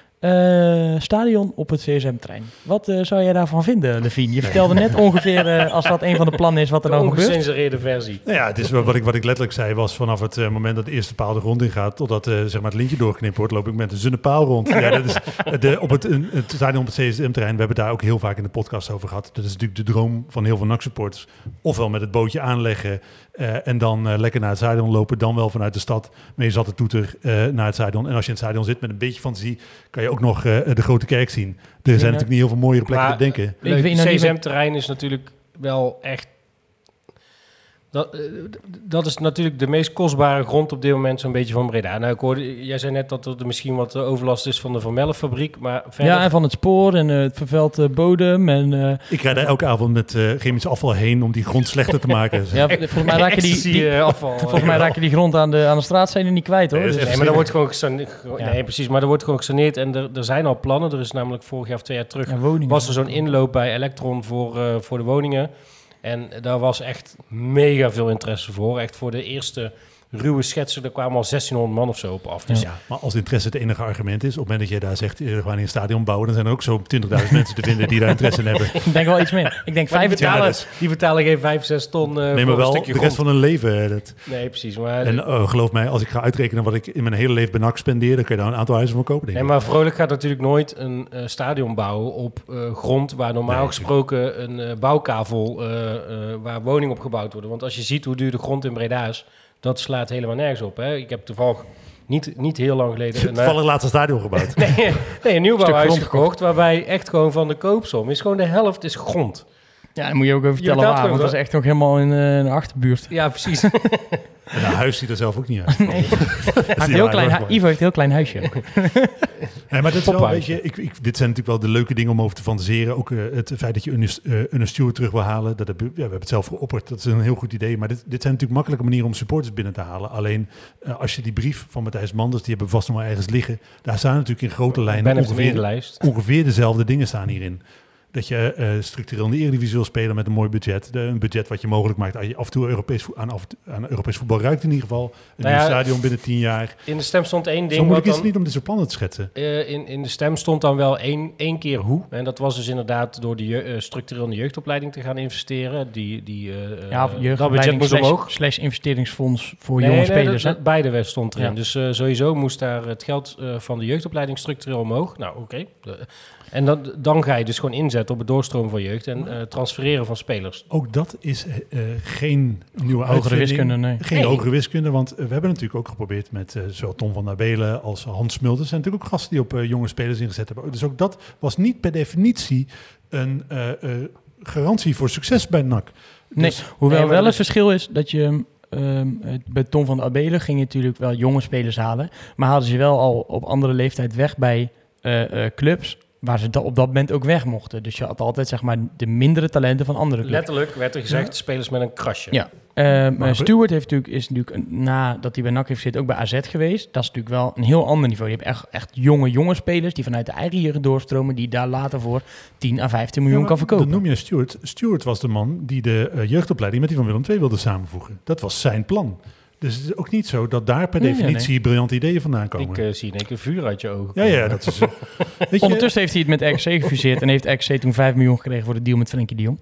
Uh, stadion op het C S M-terrein. Wat uh, zou jij daarvan vinden, Levine? Je vertelde net ongeveer, uh, als dat een van de plannen is, wat er De dan gebeurt. ongecensureerde versie. Nou ja, het is wat ik, wat ik letterlijk zei was vanaf het uh, moment dat de eerste paal de grond in gaat, totdat uh, zeg maar het lintje doorgeknipt wordt, loop ik met een dunne paal rond. Ja, dat is de, op het, een, het stadion op het C S M-terrein, we hebben het daar ook heel vaak in de podcast over gehad. Dat is natuurlijk de droom van heel veel N A C-supporters. Ofwel met het bootje aanleggen uh, en dan uh, lekker naar het stadion lopen, dan wel vanuit de stad, met je zatte toeter uh, naar het stadion. En als je in het stadion zit met een beetje fantasie, kan je ook nog uh, de grote kerk zien. Er zijn Ja. natuurlijk niet heel veel mooiere plekken Maar, te denken. Ik weet nog Het niet C S M-terrein is natuurlijk wel echt... Dat, uh, dat is natuurlijk de meest kostbare grond op dit moment zo'n beetje van Breda. Nou, ik hoorde, jij zei net dat er misschien wat overlast is van de Van Mellenfabriek, maar verder... Ja, en van het spoor en uh, het vervuilde bodem. En, uh, Ik rijd daar elke avond met uh, chemisch afval heen om die grond slechter te maken. ja, volgens mij raak je die, ecstasy, die, uh, afval. volgens mij raak je die grond aan de, aan de straatstenen niet kwijt, hoor. Nee, dat Dus, is Nee, maar er wordt gewoon gesaneerd. Ja. Nee, precies, maar er wordt gewoon gesaneerd en er, er zijn al plannen. Er is namelijk vorig jaar of twee jaar terug ja, woningen. was er zo'n inloop bij Electron voor, uh, voor de woningen. En daar was echt mega veel interesse voor. Echt voor de eerste ruwe schetsen, daar kwamen al zestienhonderd man of zo op af. Dus Ja, maar als interesse het enige argument is, op het moment dat je daar zegt, we gaan in een stadion bouwen, dan zijn er ook zo'n twintigduizend mensen te vinden die daar interesse in hebben. Ik denk wel iets meer. Ik denk maar die, vijfentwintig. betalen, Ja, dat die betalen geen vijf, zes ton uh, Nee, voor maar een wel stukje de rest grond. van hun leven. Dat. Nee, precies. Maar, En oh, geloof mij, als ik ga uitrekenen wat ik in mijn hele leven bij N A C spendeer, dan kun je daar een aantal huizen van kopen, denk nee, ik. maar Vrolijk gaat natuurlijk nooit een uh, stadion bouwen op uh, grond waar normaal Nee, gesproken een uh, bouwkavel, uh, uh, waar woningen op gebouwd worden. Want als je ziet hoe duur de grond in Breda is, dat slaat helemaal nergens op. Hè? Ik heb toevallig niet, niet heel lang geleden een, uh, Toevallig laatste stadion gebouwd. nee, nee, een nieuwbouwhuis grond gekocht, waarbij echt gewoon van de koopsom is gewoon de helft is grond. Ja, dan moet je ook even vertellen betaalt waar, gewoon want dat is echt nog helemaal in uh, de achterbuurt. Ja, precies. En een huis ziet er zelf ook niet uit. Nee. Hij heeft een heel klein hu- Ivo heeft een heel klein huisje. Nee, Nee, maar dat is wel, Popeye. weet je, ik, ik, dit zijn natuurlijk wel de leuke dingen om over te fantaseren. Ook uh, het feit dat je Ernest uh, Stewart terug wil halen. Dat heb, ja, we hebben het zelf geopperd. Dat is een heel goed idee. Maar dit, dit zijn natuurlijk makkelijke manieren om supporters binnen te halen. Alleen uh, als je die brief van Matthijs Manders, die hebben we vast nog wel ergens liggen. Daar staan natuurlijk in grote lijnen ongeveer, ongeveer dezelfde dingen staan hierin. Dat je uh, structureel in de Eredivisie wil spelen met een mooi budget. De, een budget wat je mogelijk maakt aan, je af en toe Europees, vo- aan, af, aan Europees voetbal ruikt in ieder geval. Een Nou nieuw ja, stadion binnen tien jaar. In de stem stond één ding. Zo moeilijk wat is het dan, niet om dit soort plannen te schetsen. uh, in, in de stem stond dan wel één, één keer hoe. En dat was dus inderdaad door de je, uh, structureel in de jeugdopleiding te gaan investeren. Die, die, uh, Ja, uh, dat budget jeugdopleiding moest slash, omhoog. slash investeringsfonds voor Nee, jonge nee, spelers. dat, hè? dat, beide werd- stond erin. Ja. Dus uh, sowieso moest daar het geld uh, van de jeugdopleiding structureel omhoog. Nou, oké. Okay. En dan, dan ga je dus gewoon inzetten op het doorstromen van jeugd en uh, transfereren van spelers. Ook dat is uh, geen nieuwe Hogere uitvinding. wiskunde, nee. Geen Nee. hogere wiskunde, want uh, we hebben natuurlijk ook geprobeerd met uh, zowel Tom van der Belen als Hans Smulders. Er zijn natuurlijk ook gasten die op uh, jonge spelers ingezet hebben. Dus ook dat was niet per definitie een uh, uh, garantie voor succes bij N A C. Nee, Dus, hoewel nee, maar wel dat het verschil is dat je... Um, bij Tom van der Abelen ging je natuurlijk wel jonge spelers halen. Maar haalden ze wel al op andere leeftijd weg bij uh, uh, clubs... waar ze da- op dat moment ook weg mochten. Dus je had altijd zeg maar de mindere talenten van andere clubs. Letterlijk werd er gezegd, Ja. spelers met een krasje. Ja. Uh, Maar- Stewart heeft natuurlijk, is natuurlijk, een- nadat hij bij N A C heeft gezeten, ook bij A Z geweest. Dat is natuurlijk wel een heel ander niveau. Je hebt echt, echt jonge, jonge spelers die vanuit de eigen jeugd doorstromen, die daar later voor tien à vijftien miljoen Ja, kan maar verkopen. Dan noem je Stewart. Stewart was de man die de uh, jeugdopleiding met die van Willem twee wilde samenvoegen. Dat was zijn plan. Dus het is ook niet zo dat daar per Nee, nee, definitie briljante ideeën vandaan komen. Ik uh, zie in één keer vuur uit je ogen ja, komen. ja, dat is... Uh, weet je, Ondertussen heeft hij het met R K C gefuseerd en heeft R K C toen vijf miljoen gekregen voor de deal met Frenkie de Jong.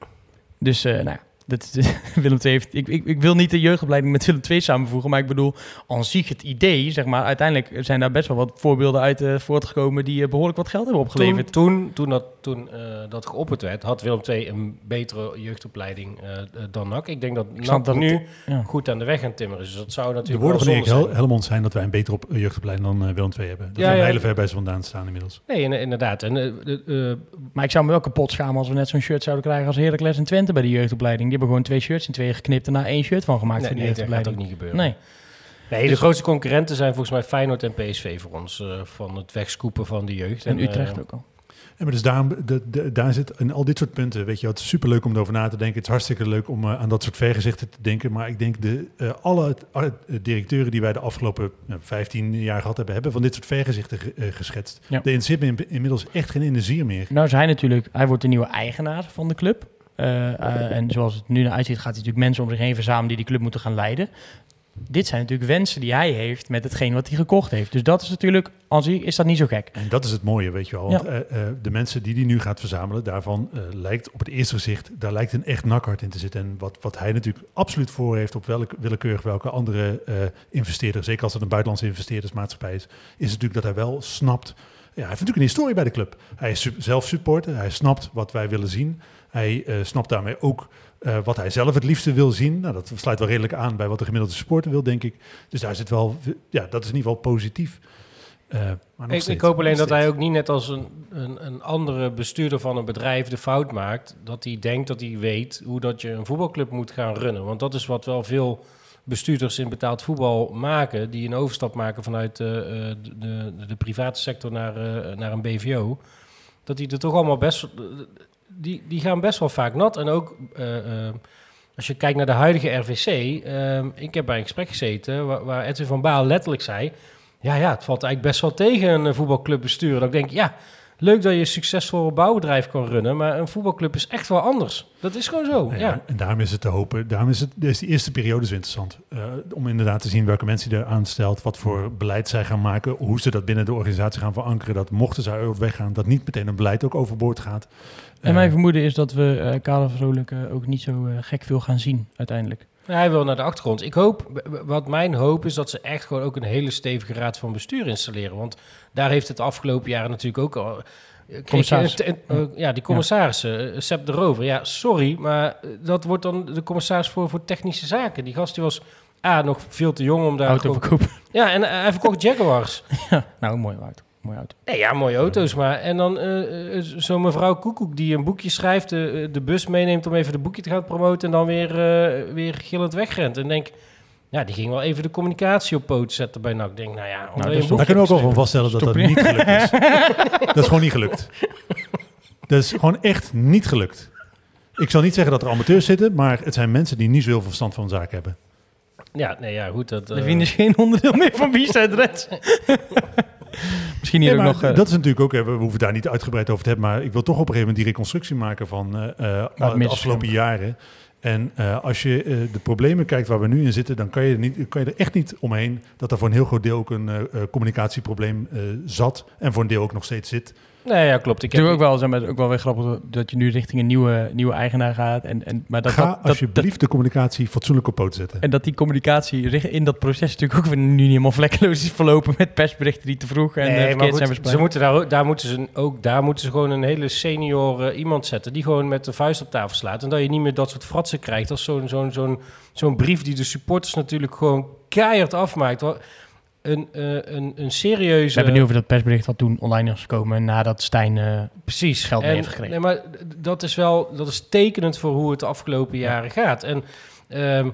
Dus, uh, nou ja. Dat, Willem twee heeft, ik, ik, ik wil niet de jeugdopleiding met Willem twee samenvoegen, maar ik bedoel, aan zich het idee, zeg maar, uiteindelijk zijn daar best wel wat voorbeelden uit uh, voortgekomen die uh, behoorlijk wat geld hebben opgeleverd. Toen, toen, toen, dat, toen uh, dat geopperd werd, had Willem twee een betere jeugdopleiding uh, dan N A C. Ik denk dat Ik snap N A C dat nu het- ja. goed aan de weg aan timmeren is. Dus dat zou de natuurlijk woorden van wel Erik zonde Hel- zijn. Helmond zijn dat wij een betere op, uh, jeugdopleiding dan uh, Willem twee hebben. Dat Ja, we ja. een hele ver bij ze vandaan staan inmiddels. Nee, in- inderdaad. En, uh, de, uh, Maar ik zou me wel kapot schamen als we net zo'n shirt zouden krijgen als Heracles en Twente bij de jeugdopleiding. Die hebben gewoon twee shirts in tweeën geknipt en daar één shirt van gemaakt nee, voor de nee, dat gaat ook jeugdopleiding. niet gebeuren. Nee. Nee, de Dus- grootste concurrenten zijn volgens mij Feyenoord en P S V voor ons. Uh, van het wegscoepen van de jeugd. En uh, Utrecht ook al. Ja, maar dus daarom, de, de, daar zit in al dit soort punten, weet je, het is superleuk om erover na te denken. Het is hartstikke leuk om uh, aan dat soort vergezichten te denken. Maar ik denk de uh, alle uh, directeuren die wij de afgelopen uh, vijftien jaar gehad hebben, hebben van dit soort vergezichten ge, uh, geschetst. Ja. Er zit in, inmiddels echt geen energie meer. Nou is hij natuurlijk, hij wordt de nieuwe eigenaar van de club. Uh, uh, en zoals het nu naar uitziet, gaat hij natuurlijk mensen om zich heen verzamelen die die club moeten gaan leiden. Dit zijn natuurlijk wensen die hij heeft met hetgeen wat hij gekocht heeft. Dus dat is natuurlijk, als hij, is dat niet zo gek. En dat is het mooie, weet je wel. Want Ja. uh, uh, de mensen die hij nu gaat verzamelen, daarvan uh, lijkt op het eerste gezicht, daar lijkt een echt nakhart in te zitten. En wat, wat hij natuurlijk absoluut voor heeft op welk, willekeurig welke andere uh, investeerder, zeker als het een buitenlandse investeerdersmaatschappij is, is natuurlijk dat hij wel snapt. Ja, hij heeft natuurlijk een historie bij de club. Hij is su- zelf supporter, hij snapt wat wij willen zien. Hij uh, snapt daarmee ook uh, wat hij zelf het liefste wil zien. Nou, dat sluit wel redelijk aan bij wat de gemiddelde supporter wil, denk ik. Dus daar zit wel, ja, dat is in ieder geval positief. Uh, maar nog Ik, steeds, ik hoop alleen nog dat hij steeds. ook niet net als een, een, een andere bestuurder van een bedrijf de fout maakt. Dat hij denkt dat hij weet hoe dat je een voetbalclub moet gaan runnen. Want dat is wat wel veel bestuurders in betaald voetbal maken. Die een overstap maken vanuit uh, de, de, de private sector naar, uh, naar een B V O. Dat die er toch allemaal best... Die, die gaan best wel vaak nat. En ook... Uh, uh, als je kijkt naar de huidige R V C... Uh, ik heb bij een gesprek gezeten waar, waar Edwin van Baal letterlijk zei... Ja, ja, het valt eigenlijk best wel tegen een voetbalclub besturen. Dat ik denk, ja, leuk dat je een succesvol bouwbedrijf kan runnen, maar een voetbalclub is echt wel anders. Dat is gewoon zo, Ja, ja. En daarom is het te hopen. Daarom is, het, is die eerste periode zo interessant. Uh, om inderdaad te zien welke mensen hij er aanstelt, wat voor beleid zij gaan maken, hoe ze dat binnen de organisatie gaan verankeren. Dat mochten zij over weggaan, dat niet meteen een beleid ook overboord gaat. En Uh, mijn vermoeden is dat we uh, Karel Vrolijk uh, ook niet zo uh, gek veel gaan zien uiteindelijk. Ja, hij wil naar de achtergrond. Ik hoop, wat mijn hoop is dat ze echt gewoon ook een hele stevige raad van bestuur installeren. Want daar heeft het de afgelopen jaren natuurlijk ook al... Commissaris. Je, een, een, uh, ja, die commissarissen, uh, Sepp de Rover. Ja, sorry, maar dat wordt dan de commissaris voor, voor technische zaken. Die gast die was A, nog veel te jong om daar... Auto gewoon- verkopen. Ja, en uh, hij verkocht Jaguars. Ja, nou, een mooie auto. Mooie auto. Nee, ja, mooie auto's, maar... En dan uh, uh, zo'n mevrouw Koekoek die een boekje schrijft, de, de bus meeneemt om even de boekje te gaan promoten en dan weer, uh, weer gillend wegrent. En denk, Ja, die ging wel even de communicatie op poot zetten bij N A C. Ik denk, nou ja... Nou, André dat een is boekje Daar kunnen we ook wel van geschreven. vaststellen dat dat Stop niet gelukt is. Dat is gewoon niet gelukt. Dat is gewoon echt niet gelukt. Ik zal niet zeggen dat er amateurs zitten, maar het zijn mensen die niet zo heel veel verstand van de zaak hebben. Ja, nee, ja, goed. Dat, De uh, vrienden is geen onderdeel meer van B-Side Reds. Misschien hier Nee, ook maar nog... uh, dat is natuurlijk ook, hè, we hoeven daar niet uitgebreid over te hebben, maar ik wil toch op een gegeven moment die reconstructie maken van uh, uh, de mis- afgelopen jaren. En uh, als je uh, de problemen kijkt waar we nu in zitten, dan kan je, er niet, kan je er echt niet omheen dat er voor een heel groot deel ook een uh, uh, communicatieprobleem uh, zat en voor een deel ook nog steeds zit. Nee, ja, klopt. Ik Het is heb ook wel, zeg maar, ook wel weer grappig dat je nu richting een nieuwe, nieuwe eigenaar gaat. En, en, maar dat, Ga dat, dat, alsjeblieft dat- de communicatie fatsoenlijk op poot zetten. en dat die communicatie richt- in dat proces natuurlijk ook weer nu niet helemaal vlekkeloos is verlopen met persberichten die te vroeg en Nee, eh, maar verkeerd goed, zijn ze verspreid. moeten daar, ook- daar, moeten ze ook, daar moeten ze gewoon een hele senior uh, iemand zetten... die gewoon met de vuist op tafel slaat. En dat je niet meer dat soort fratsen krijgt... als zo'n zo'n zo'n zo'n brief die de supporters natuurlijk gewoon keihard afmaakt. Wa- Een, uh, een, een serieuze... We hebben nu over dat persbericht wat toen online is gekomen nadat Stijn uh, Precies. geld mee En- heeft gekregen. Nee, maar d- dat is wel dat is tekenend voor hoe het de afgelopen jaren gaat. En ehm,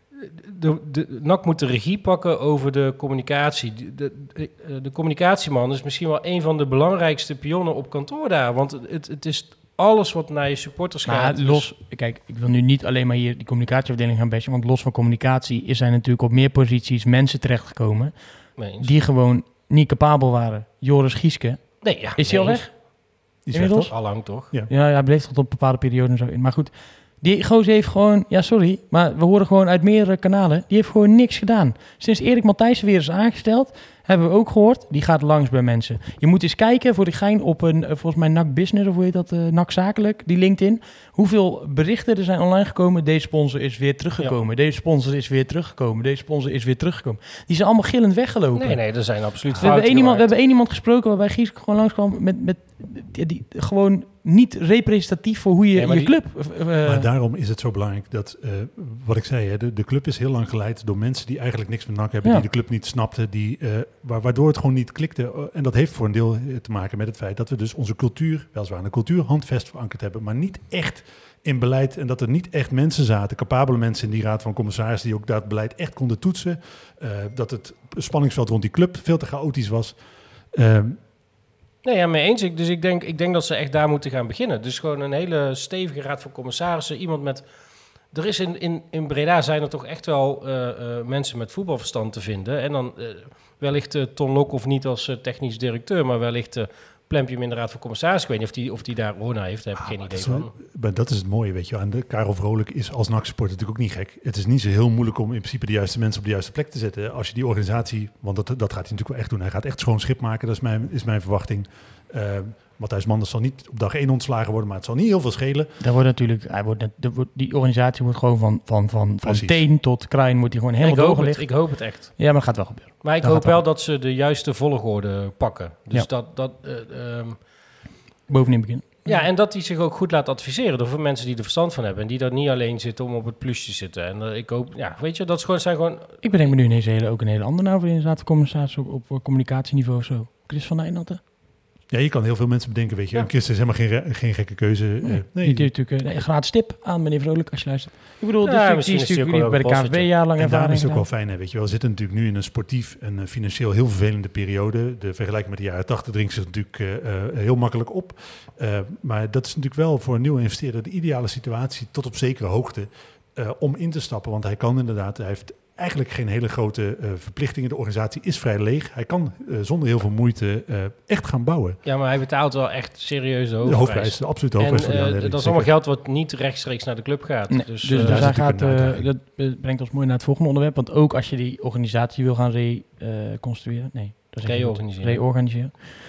de, de, N A C moet de regie pakken over de communicatie. De, de, de communicatieman is misschien wel een van de belangrijkste pionnen op kantoor daar. Want het, het is alles wat naar je supporters Maar gaat. los, kijk, ik wil nu niet alleen maar hier die communicatieafdeling gaan bashen, want los van communicatie is zijn natuurlijk op meer posities mensen terechtgekomen Dus, nee, die gewoon niet capabel waren. Joris Gieske, nee, ja, is hij al nee, weg? Die is inmiddels? weg, toch? Allang toch? Ja. Ja, hij bleef tot op bepaalde perioden zo in. Maar goed, die gozer heeft gewoon, ja sorry, maar we horen gewoon uit meerdere kanalen, die heeft gewoon niks gedaan. Sinds Erik Matthijssen weer is aangesteld, hebben we ook gehoord, die gaat langs bij mensen. Je moet eens kijken voor de gein op een, uh, volgens mij N A C Business, of hoe heet dat, uh, N A C Zakelijk, die LinkedIn. Hoeveel berichten er zijn online gekomen, deze sponsor is weer teruggekomen, deze sponsor is weer teruggekomen, deze sponsor is weer teruggekomen. Die zijn allemaal gillend weggelopen. Nee, nee, er zijn absoluut We hebben, fouten één iemand, we gemaakt. hebben één iemand gesproken waarbij Gieske gewoon langskwam met, met die, die, gewoon niet representatief voor hoe je Nee, maar je die- club... uh, Maar daarom is het zo belangrijk dat, uh, wat ik zei, hè, de, de club is heel lang geleid door mensen die eigenlijk niks met N A C hebben, Ja. die de club niet snapten, die, uh, wa- waardoor het gewoon niet klikte. Uh, en dat heeft voor een deel uh, te maken met het feit dat we dus onze cultuur, weliswaar aan de cultuur handvest verankerd hebben, maar niet echt in beleid en dat er niet echt mensen zaten, capabele mensen in die raad van commissarissen die ook dat beleid echt konden toetsen. Uh, dat het spanningsveld rond die club veel te chaotisch was. Uh, Nee, ja, mee eens. Ik, dus ik denk, ik denk dat ze echt daar moeten gaan beginnen. Dus gewoon een hele stevige raad van commissarissen. Iemand met... Er is in, in, in Breda zijn er toch echt wel uh, uh, mensen met voetbalverstand te vinden. En dan uh, wellicht uh, Ton Lok of niet als uh, technisch directeur, maar wellicht uh, Plempje in de raad van commissarissen. Ik weet niet of die, of die daar Rona heeft, daar heb ik geen Ah, idee dat is van. wel- maar dat is het mooie, weet je. En de Karel Vrolijk is als N A C-supporter natuurlijk ook niet gek. Het is niet zo heel moeilijk om in principe de juiste mensen op de juiste plek te zetten. Als je die organisatie, want dat, dat gaat hij natuurlijk wel echt doen. Hij gaat echt schoon schip maken, dat is mijn, is mijn verwachting. Uh, Matthijs Manders zal niet op dag één ontslagen worden, maar het zal niet heel veel schelen. Daar wordt natuurlijk, hij wordt net, er wordt- die organisatie wordt gewoon van, van, van, van Precies. teen tot kruin wordt die gewoon Ik helemaal hoop, het, doorgelicht. ik hoop het echt. Ja, maar dat gaat wel gebeuren. Maar ik Dat hoop gaat wel wel. dat ze de juiste volgorde pakken. Dus Ja. dat... dat uh, um, Bovenin beginnen. Ja, en dat hij zich ook goed laat adviseren door mensen die er verstand van hebben. En die daar niet alleen zitten om op het plusje te zitten. En uh, ik hoop, ja, weet je, dat is gewoon, zijn gewoon... Ik bedenk me nu ineens hele, ook een hele andere naam voor de Raad van Commissaris op, op communicatieniveau of zo. Chris van Nijnatten? Ja, je kan heel veel mensen bedenken, weet je. Ja. En Chris is helemaal geen, re- geen gekke keuze. Uh, Nee, nee. Die heeft natuurlijk uh, nee, gratis tip aan meneer Vrolijk als je luistert. Ik bedoel, Ja, die is natuurlijk- misschien die is is die natuurlijk ook bij wel de een K V B jarenlang En daarom ervaring is het ook wel gedaan. fijn, hè, weet je wel. We zitten natuurlijk nu in een sportief en uh, financieel heel vervelende periode. De vergelijking met de jaren tachtig dringt zich natuurlijk uh, uh, heel makkelijk op. Uh, maar dat is natuurlijk wel voor een nieuwe investeerder de ideale situatie tot op zekere hoogte uh, om in te stappen. Want hij kan inderdaad, hij heeft eigenlijk geen hele grote uh, verplichtingen. De organisatie is vrij leeg. Hij kan uh, zonder heel veel moeite uh, echt gaan bouwen. Ja, maar hij betaalt wel echt serieus de De hoofdprijs. hoofdprijs, de absolute hoofdprijs En van die uh, aandelen. dat is Zeker. allemaal geld wat niet rechtstreeks naar de club gaat. Nee, dus dus uh, dus daar hij is natuurlijk gaat, een uh, uitdaging. dat uh, brengt ons mooi naar het volgende onderwerp. Want ook als je die organisatie wil gaan reconstrueren, nee, dat is even goed. Reorganiseren. reorganiseren,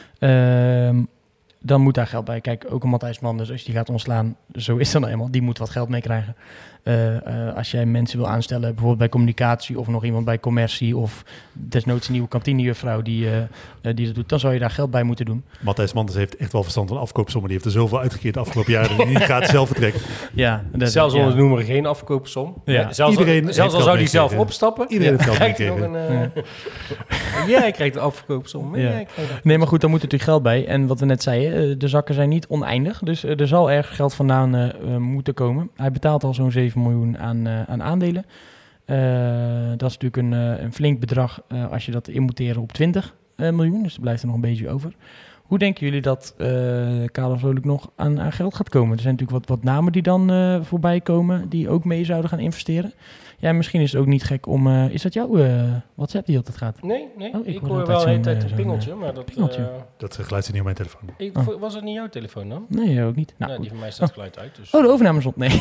Ehm, dan moet daar geld bij. Kijk, ook een Matthijs Manders, als je die gaat ontslaan, zo is dat nou eenmaal. Die moet wat geld meekrijgen. Uh, uh, als jij mensen wil aanstellen, bijvoorbeeld bij communicatie of nog iemand bij commercie of desnoods een nieuwe kantinejuffrouw die, uh, uh, die dat doet, dan zou je daar geld bij moeten doen. Matthijs Manders heeft echt wel verstand van afkoopsommen. Die heeft er zoveel uitgekeerd de afgelopen jaren dat hij niet gaat zelf vertrekken. Ja, dat, zelfs ja. onder de noemer geen afkoopsom. Ja. Ja. Zelfs, Iedereen zelfs heeft al geld zou die zelf meegekregen. opstappen, Iedereen heeft geld krijgt hij nog meegekregen. een... Uh, Jij krijgt een afkoopsom. Ja. Jij krijgt een Nee, maar goed, daar moet natuurlijk geld bij. En wat we net zeiden, uh, de zakken zijn niet oneindig. Dus uh, er zal erg geld vandaan uh, uh, moeten komen. Hij betaalt al zo'n zeven miljoen aan, uh, aan aandelen. Uh, dat is natuurlijk een, uh, een flink bedrag uh, als je dat in moet teren op twintig uh, miljoen. Dus er blijft er nog een beetje over. Hoe denken jullie dat uh, Karel Vrolijk nog aan, aan geld gaat komen? Er zijn natuurlijk wat, wat namen die dan uh, voorbij komen, die ook mee zouden gaan investeren. Ja, misschien is het ook niet gek om... Uh, is dat jouw uh, WhatsApp die altijd gaat? Nee, nee. Oh, ik, ik hoor wel de hele tijd een uh, pingeltje, maar dat... Pingeltje. Uh, dat geluid zit niet op mijn telefoon. Ik, oh. Was het niet jouw telefoon dan? Nee, ook niet. Nou, nee, die van mij staat geluid uit. Dus. Oh, de overname is op. Nee.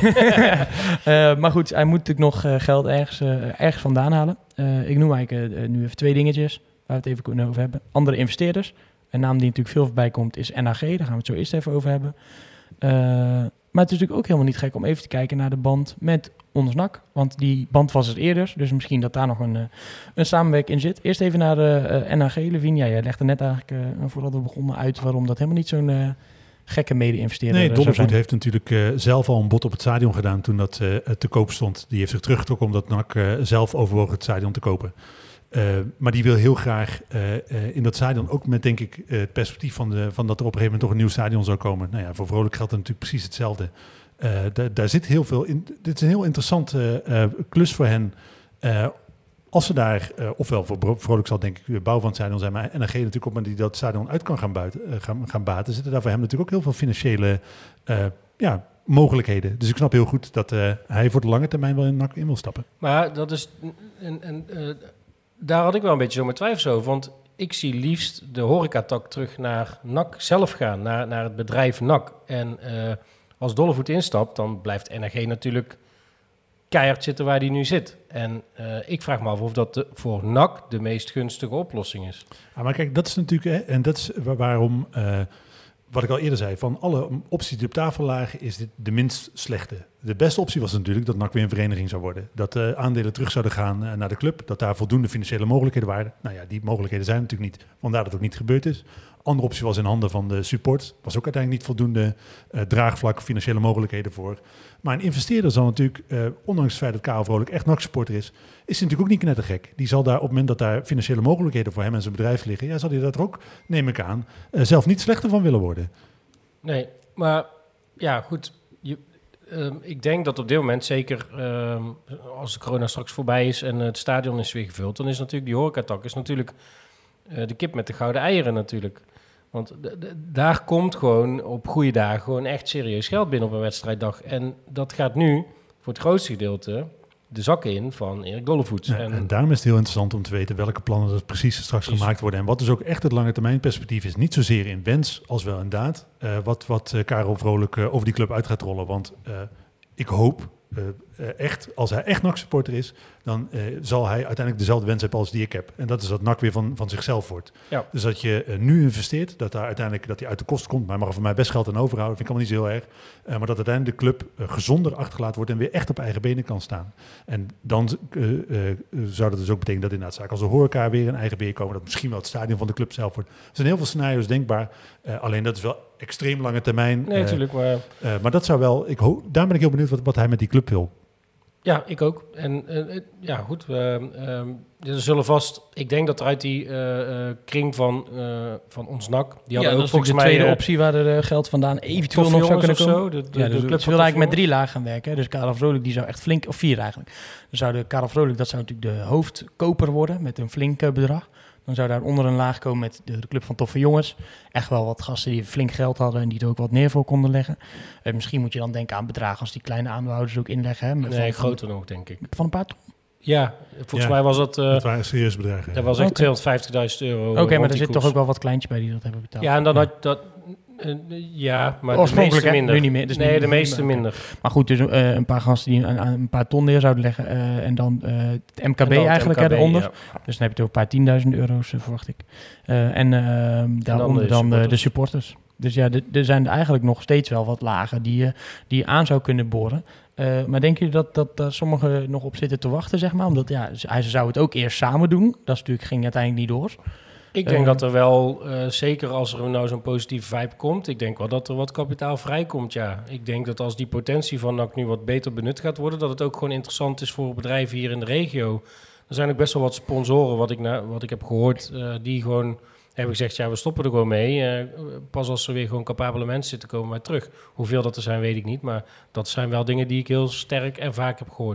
uh, maar goed, hij moet natuurlijk nog uh, geld ergens, uh, ergens vandaan halen. Uh, ik noem eigenlijk uh, nu even twee dingetjes waar we het even kunnen over hebben. Andere investeerders. Een naam die natuurlijk veel voorbij komt is N H G. Daar gaan we het zo eerst even over hebben. Uh, maar het is natuurlijk ook helemaal niet gek om even te kijken naar de band met ons N A C. Want die band was het eerder. Dus misschien dat daar nog een, uh, een samenwerking in zit. Eerst even naar de uh, N H G. Levine, ja, jij legde net eigenlijk, uh, voordat we begonnen, uit waarom dat helemaal niet zo'n uh, gekke mede-investeerder nee, zou zijn. Dondervoet heeft natuurlijk uh, zelf al een bod op het stadion gedaan toen dat uh, te koop stond. Die heeft zich teruggetrokken omdat N A C uh, zelf overwoog het stadion te kopen. Uh, maar die wil heel graag uh, uh, in dat stadion, ook met denk ik uh, het perspectief van, de, van dat er op een gegeven moment toch een nieuw stadion zou komen. Nou ja, voor Vrolijk geldt het natuurlijk precies hetzelfde. Uh, da- daar zit heel veel in. Dit is een heel interessante uh, klus voor hen. Uh, als ze daar, uh, ofwel voor Vrolijk zal denk ik de bouw van het stadion zijn, maar N H G natuurlijk op, maar die dat stadion uit kan gaan, buiten, uh, gaan, gaan baten, zitten daar voor hem natuurlijk ook heel veel financiële uh, ja, mogelijkheden. Dus ik snap heel goed dat uh, hij voor de lange termijn wel in N A C in wil stappen. Maar dat is... Een, een, uh, daar had ik wel een beetje zo mijn twijfels over, want ik zie liefst de horecatak terug naar N A C zelf gaan, naar, naar het bedrijf N A C. En uh, als Dondervoet instapt, dan blijft N H G natuurlijk keihard zitten waar die nu zit. En uh, ik vraag me af of dat de, voor N A C de meest gunstige oplossing is. Ja, maar kijk, dat is natuurlijk, hè, en dat is waarom, uh, wat ik al eerder zei, van alle opties die op tafel lagen, is dit de minst slechte. De beste optie was natuurlijk dat N A C weer een vereniging zou worden. Dat de uh, aandelen terug zouden gaan uh, naar de club, dat daar voldoende financiële mogelijkheden waren. Nou ja, die mogelijkheden zijn natuurlijk niet, vandaar dat het ook niet gebeurd is. Andere optie was in handen van de support. Was ook uiteindelijk niet voldoende uh, draagvlak, financiële mogelijkheden voor. Maar een investeerder zal natuurlijk, uh, ondanks het feit dat Karel Vrolijk echt N A C-supporter is, is hij natuurlijk ook niet knettergek. Die zal daar op het moment dat daar financiële mogelijkheden voor hem en zijn bedrijf liggen, ja, zal hij daar ook, neem ik aan, uh, zelf niet slechter van willen worden. Nee, maar ja, goed. Je, uh, ik denk dat op dit moment, zeker uh, als de corona straks voorbij is en uh, het stadion is weer gevuld, dan is natuurlijk die horecatak is natuurlijk uh, de kip met de gouden eieren natuurlijk. Want d- d- daar komt gewoon op goede dagen gewoon echt serieus geld binnen op een wedstrijddag. En dat gaat nu voor het grootste gedeelte de zakken in van Erik Dollevoets. Ja, en, en daarom is het heel interessant om te weten welke plannen er precies straks Precies. gemaakt worden. En wat dus ook echt het lange termijn perspectief is. Niet zozeer in wens als wel in daad. Uh, wat, wat uh, Karel Vrolijk uh, over die club uit gaat rollen. Want uh, ik hoop uh, uh, echt, als hij echt N A C-supporter is, dan uh, zal hij uiteindelijk dezelfde wens hebben als die ik heb. En dat is dat N A C weer van, van zichzelf wordt. Ja. Dus dat je uh, nu investeert, dat daar uiteindelijk dat hij uit de kosten komt. Maar mag er voor mij best geld aan overhouden, vind ik allemaal niet zo heel erg. Uh, maar dat uiteindelijk de club uh, gezonder achtergelaten wordt en weer echt op eigen benen kan staan. En dan uh, uh, zou dat dus ook betekenen dat inderdaad zaken als de horeca weer in eigen beheer komen. Dat misschien wel het stadion van de club zelf wordt. Er zijn heel veel scenario's denkbaar. Uh, alleen dat is wel extreem lange termijn. nee, natuurlijk, uh, maar... uh, maar dat zou wel, ik ho- daar ben ik heel benieuwd wat, wat hij met die club wil. Ja, ik ook. En uh, ja, goed. Uh, uh, er zullen vast... Ik denk dat er uit die uh, uh, kring van, uh, van ons N A C... Die Ja, hadden dat ook is volgens de mij... tweede uh, optie waar er uh, geld vandaan eventueel Toffe nog zou kunnen Jongens of komen. zo, de- de- ja, de dus club het van wil eigenlijk met Toffe drie lagen gaan werken. Hè. Dus Karel Vrolijk die zou echt flink, of vier eigenlijk. Dan zou de Karel Vrolijk, dat zou natuurlijk de hoofdkoper worden met een flink uh, bedrag. Dan zou daar onder een laag komen met de, de club van Toffe Jongens. Echt wel wat gasten die flink geld hadden en die er ook wat neer voor konden leggen. Uh, misschien moet je dan denken aan bedragen als die kleine aandeelhouders ook inleggen. Hè, met Nee, van, groter nog, denk ik. Van een paar ton. Ja, volgens Ja. mij was dat... Uh, dat waren serieuze bedrijven. dat was Oké. echt tweehonderdvijftigduizend euro. Oké, rond maar er die zit koers. toch ook wel wat kleintjes bij die dat hebben betaald. Ja, en dan had dat... Uh, ja, maar de Oorspronkelijk, meeste hè? minder. Nu niet meer, dus nee, nu- de meeste oké. minder. Maar goed, dus uh, een paar gasten die een, een paar ton neer zouden leggen uh, en dan uh, het M K B En dan het eigenlijk M K B, eronder. ja. Dus dan heb je het over een paar tienduizend euro's, uh, verwacht ik. Uh, en uh, daaronder dan, de uh, de supporters. supporters. Dus ja, de- er zijn eigenlijk nog steeds wel wat lagen die, uh, die je aan zou kunnen boren. Uh, maar denken jullie dat, dat daar sommigen nog op zitten te wachten, zeg maar? Omdat ja, hij zou het ook eerst samen doen. Dat is natuurlijk, ging uiteindelijk niet door. Ik denk Uh, dat er wel, uh, zeker als er nou zo'n positieve vibe komt, ik denk wel dat er wat kapitaal vrijkomt, ja. Ik denk dat als die potentie van N A C nu wat beter benut gaat worden, dat het ook gewoon interessant is voor bedrijven hier in de regio. Er zijn ook best wel wat sponsoren, wat ik, na, wat ik heb gehoord, uh, die gewoon hebben gezegd, ja, we stoppen er gewoon mee. Uh, pas als er weer gewoon capabele mensen zitten, komen wij terug. Hoeveel dat er zijn, weet ik niet, maar dat zijn wel dingen die ik heel sterk en vaak heb gehoord. Dus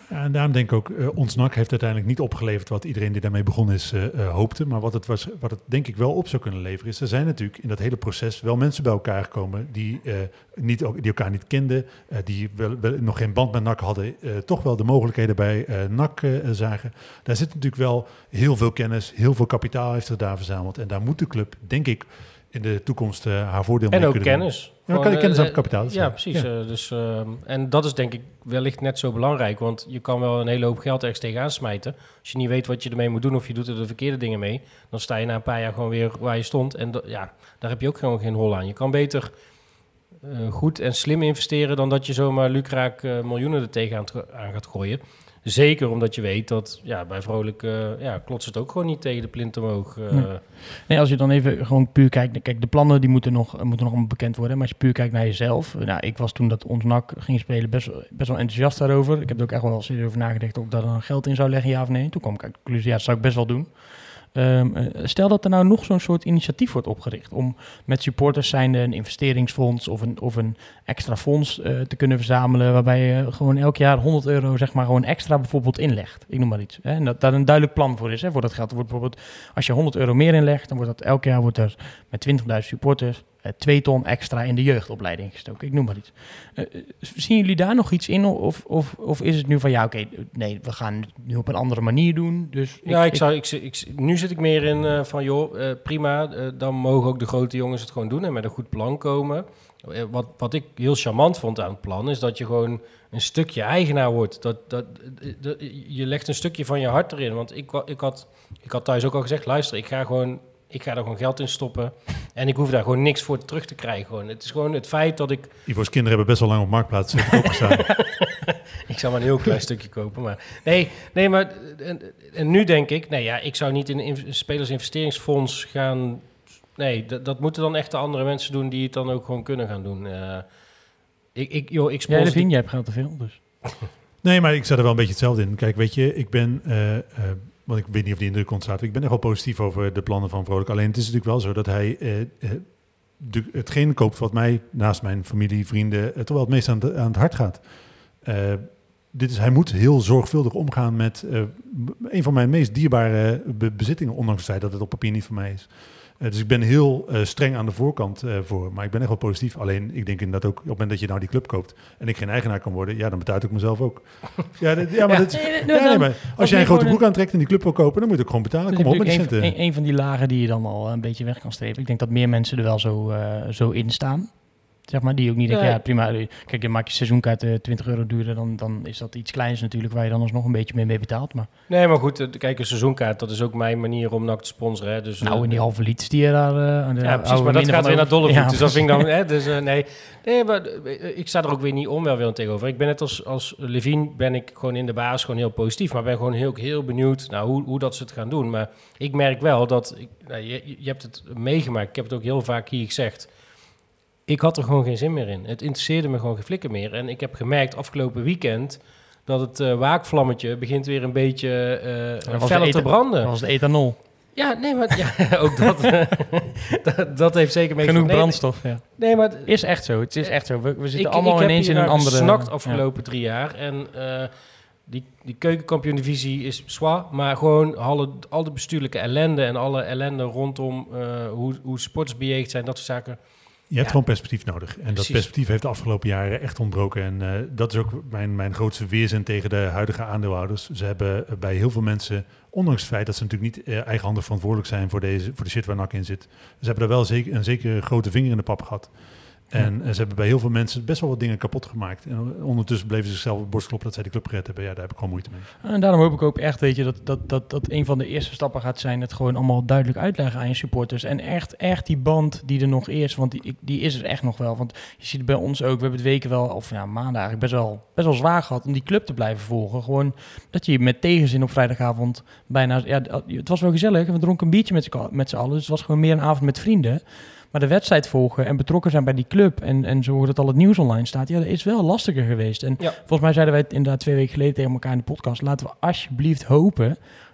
Ja, en daarom denk ik ook, uh, ons N A C heeft uiteindelijk niet opgeleverd wat iedereen die daarmee begonnen is uh, uh, hoopte. Maar wat het, was, wat het denk ik wel op zou kunnen leveren is, er zijn natuurlijk in dat hele proces wel mensen bij elkaar gekomen die, uh, niet, die elkaar niet kenden, uh, die wel, wel, nog geen band met N A C hadden, uh, toch wel de mogelijkheden bij uh, N A C uh, zagen. Daar zit natuurlijk wel heel veel kennis, heel veel kapitaal heeft zich daar verzameld. En daar moet de club, denk ik, in de toekomst uh, haar voordeel mee En ook kunnen kennis. doen. Ja, kan je kennis aan het kapitaal. Ja, precies. Ja. Uh, dus, uh, en dat is denk ik wellicht net zo belangrijk. Want je kan wel een hele hoop geld ergens tegenaan smijten. Als je niet weet wat je ermee moet doen of je doet er de verkeerde dingen mee, dan sta je na een paar jaar gewoon weer waar je stond. En do- ja, daar heb je ook gewoon geen hol aan. Je kan beter uh, goed en slim investeren dan dat je zomaar lucraak uh, miljoenen er tegenaan t- aan gaat gooien. Zeker omdat je weet dat ja, bij Vrolijk uh, ja, klotst het ook gewoon niet tegen de plint omhoog. Uh. Nee. nee, als je dan even gewoon puur kijkt. Kijk, de plannen die moeten nog, moeten nog allemaal bekend worden. Maar als je puur kijkt naar jezelf. Nou, ik was toen dat ons N A C ging spelen best, best wel enthousiast daarover. Ik heb er ook echt wel serieus over nagedacht of ik daar dan geld in zou leggen, ja of nee. Toen kwam ik uit de conclusie, ja, dat zou ik best wel doen. Um, uh, stel dat er nou nog zo'n soort initiatief wordt opgericht om met supporters zijnde een investeringsfonds of een, of een extra fonds uh, te kunnen verzamelen, waarbij je gewoon elk jaar honderd euro zeg maar gewoon extra bijvoorbeeld inlegt. Ik noem maar iets. Hè? En dat daar een duidelijk plan voor is. Hè? Voor dat geld wordt bijvoorbeeld, als je honderd euro meer inlegt, dan wordt dat elk jaar wordt er met twintigduizend supporters uh, twee ton extra in de jeugdopleiding gestoken. Ik noem maar iets. Uh, zien jullie daar nog iets in? Of, of, of is het nu van ja, oké, okay, nee, we gaan het nu op een andere manier doen. Dus ik, ja, ik ik, zou, ik, ik, nu zit ik meer in uh, van joh, uh, prima, uh, dan mogen ook de grote jongens het gewoon doen en met een goed plan komen. Uh, wat, wat ik heel charmant vond aan het plan is dat je gewoon een stukje eigenaar wordt. Dat, dat, dat, dat, je legt een stukje van je hart erin. Want ik, ik, had, ik had thuis ook al gezegd, luister, ik ga gewoon... Ik ga er gewoon geld in stoppen. En ik hoef daar gewoon niks voor terug te krijgen. Gewoon. Het is gewoon het feit dat ik... Ivo's kinderen hebben best wel lang op Marktplaats opgestaan. Ik zou maar een heel klein stukje kopen. Maar nee, nee maar... En, en nu denk ik... Nee, ja, ik zou niet in een spelersinvesteringsfonds gaan... Nee, dat, dat moeten dan echt de andere mensen doen... die het dan ook gewoon kunnen gaan doen. Uh, ik, ik, joh, ik sponsor... Ja, dat vind je hebt geld te veel, dus... Nee, maar ik zat er wel een beetje hetzelfde in. Kijk, weet je, ik ben... Uh, uh, want ik weet niet of die indruk ontstaat. Ik ben echt wel positief over de plannen van Vrolijk. Alleen het is natuurlijk wel zo dat hij uh, de, hetgeen koopt wat mij naast mijn familie, vrienden, uh, toch wel het meest aan, de, aan het hart gaat. Uh, dit is, hij moet heel zorgvuldig omgaan met uh, een van mijn meest dierbare be- bezittingen, ondanks het feit dat het op papier niet van mij is. Uh, dus ik ben heel uh, streng aan de voorkant uh, voor, maar ik ben echt wel positief. Alleen, ik denk inderdaad ook, op het moment dat je nou die club koopt en ik geen eigenaar kan worden, ja, dan betaal ik mezelf ook. ja, dit, ja, maar, ja. Dit, nee, nee, ja, nee, maar als jij een grote broek aantrekt en die club wil kopen, dan moet je ook gewoon betalen. Kom op met die centen. Een, een van die lagen die je dan al een beetje weg kan strepen. Ik denk dat meer mensen er wel zo, uh, zo in staan. Zeg maar, die ook niet denken, nee. ja prima, kijk, dan maak je seizoenkaart uh, twintig euro duurder, dan, dan is dat iets kleins natuurlijk, waar je dan alsnog een beetje mee, mee betaalt. Maar... Nee, maar goed, uh, kijk, een seizoenkaart, dat is ook mijn manier om N A C te sponsoren. Hè, dus, nou, uh, in die halve lieds die je daar... Uh, aan de ja, precies, maar dat gaat weer naar Dollevoet, ja, dus dat vind ik dan... Hè, dus uh, nee, nee, maar uh, ik sta er ook weer niet onwelwillend tegenover. Ik ben net als, als Levien, ben ik gewoon in de basis gewoon heel positief, maar ben gewoon heel, heel benieuwd nou, hoe, hoe dat ze het gaan doen. Maar ik merk wel dat, ik, nou, je, je hebt het meegemaakt, ik heb het ook heel vaak hier gezegd, ik had er gewoon geen zin meer in. Het interesseerde me gewoon geen flikker meer. En ik heb gemerkt afgelopen weekend dat het uh, waakvlammetje begint weer een beetje uh, feller te branden. Dat was de ethanol. Ja, nee, maar ja, ook dat, dat, dat heeft zeker mee genoeg nee, brandstof, ja. Nee, maar... Is echt zo, het is echt zo. We, we zitten ik, allemaal ik ineens in een andere... Ik heb gesnakt afgelopen ja. drie jaar en... Uh, Die, die keukenkampioen-divisie is zwaar, maar gewoon alle, al de bestuurlijke ellende en alle ellende rondom uh, hoe, hoe sporters bejegend zijn, dat soort zaken. Je hebt ja. gewoon perspectief nodig. En Precies. dat perspectief heeft de afgelopen jaren echt ontbroken. En uh, dat is ook mijn, mijn grootste weerzin tegen de huidige aandeelhouders. Ze hebben bij heel veel mensen, ondanks het feit dat ze natuurlijk niet uh, eigenhandig verantwoordelijk zijn voor, deze, voor de shit waar N A C in zit. Ze hebben daar wel zeker, een zekere grote vinger in de pap gehad. En ja. ze hebben bij heel veel mensen best wel wat dingen kapot gemaakt. En ondertussen bleven ze zichzelf op borst kloppen dat zij die club gered hebben. Ja, daar heb ik gewoon moeite mee. En daarom hoop ik ook echt, weet je, dat, dat, dat, dat een van de eerste stappen gaat zijn het gewoon allemaal duidelijk uitleggen aan je supporters. En echt, echt die band die er nog is, want die, die is er echt nog wel. Want je ziet het bij ons ook, we hebben het weken wel, of ja, maanden eigenlijk best wel, best wel zwaar gehad om die club te blijven volgen. Gewoon dat je met tegenzin op vrijdagavond bijna, ja, het was wel gezellig. We dronken een biertje met z'n, met z'n allen, dus het was gewoon meer een avond met vrienden. Maar de wedstrijd volgen en betrokken zijn bij die club en, en zorgen dat al het nieuws online staat, ja, dat is wel lastiger geweest. En ja. volgens mij zeiden wij het inderdaad twee weken geleden tegen elkaar in de podcast, laten we alsjeblieft hopen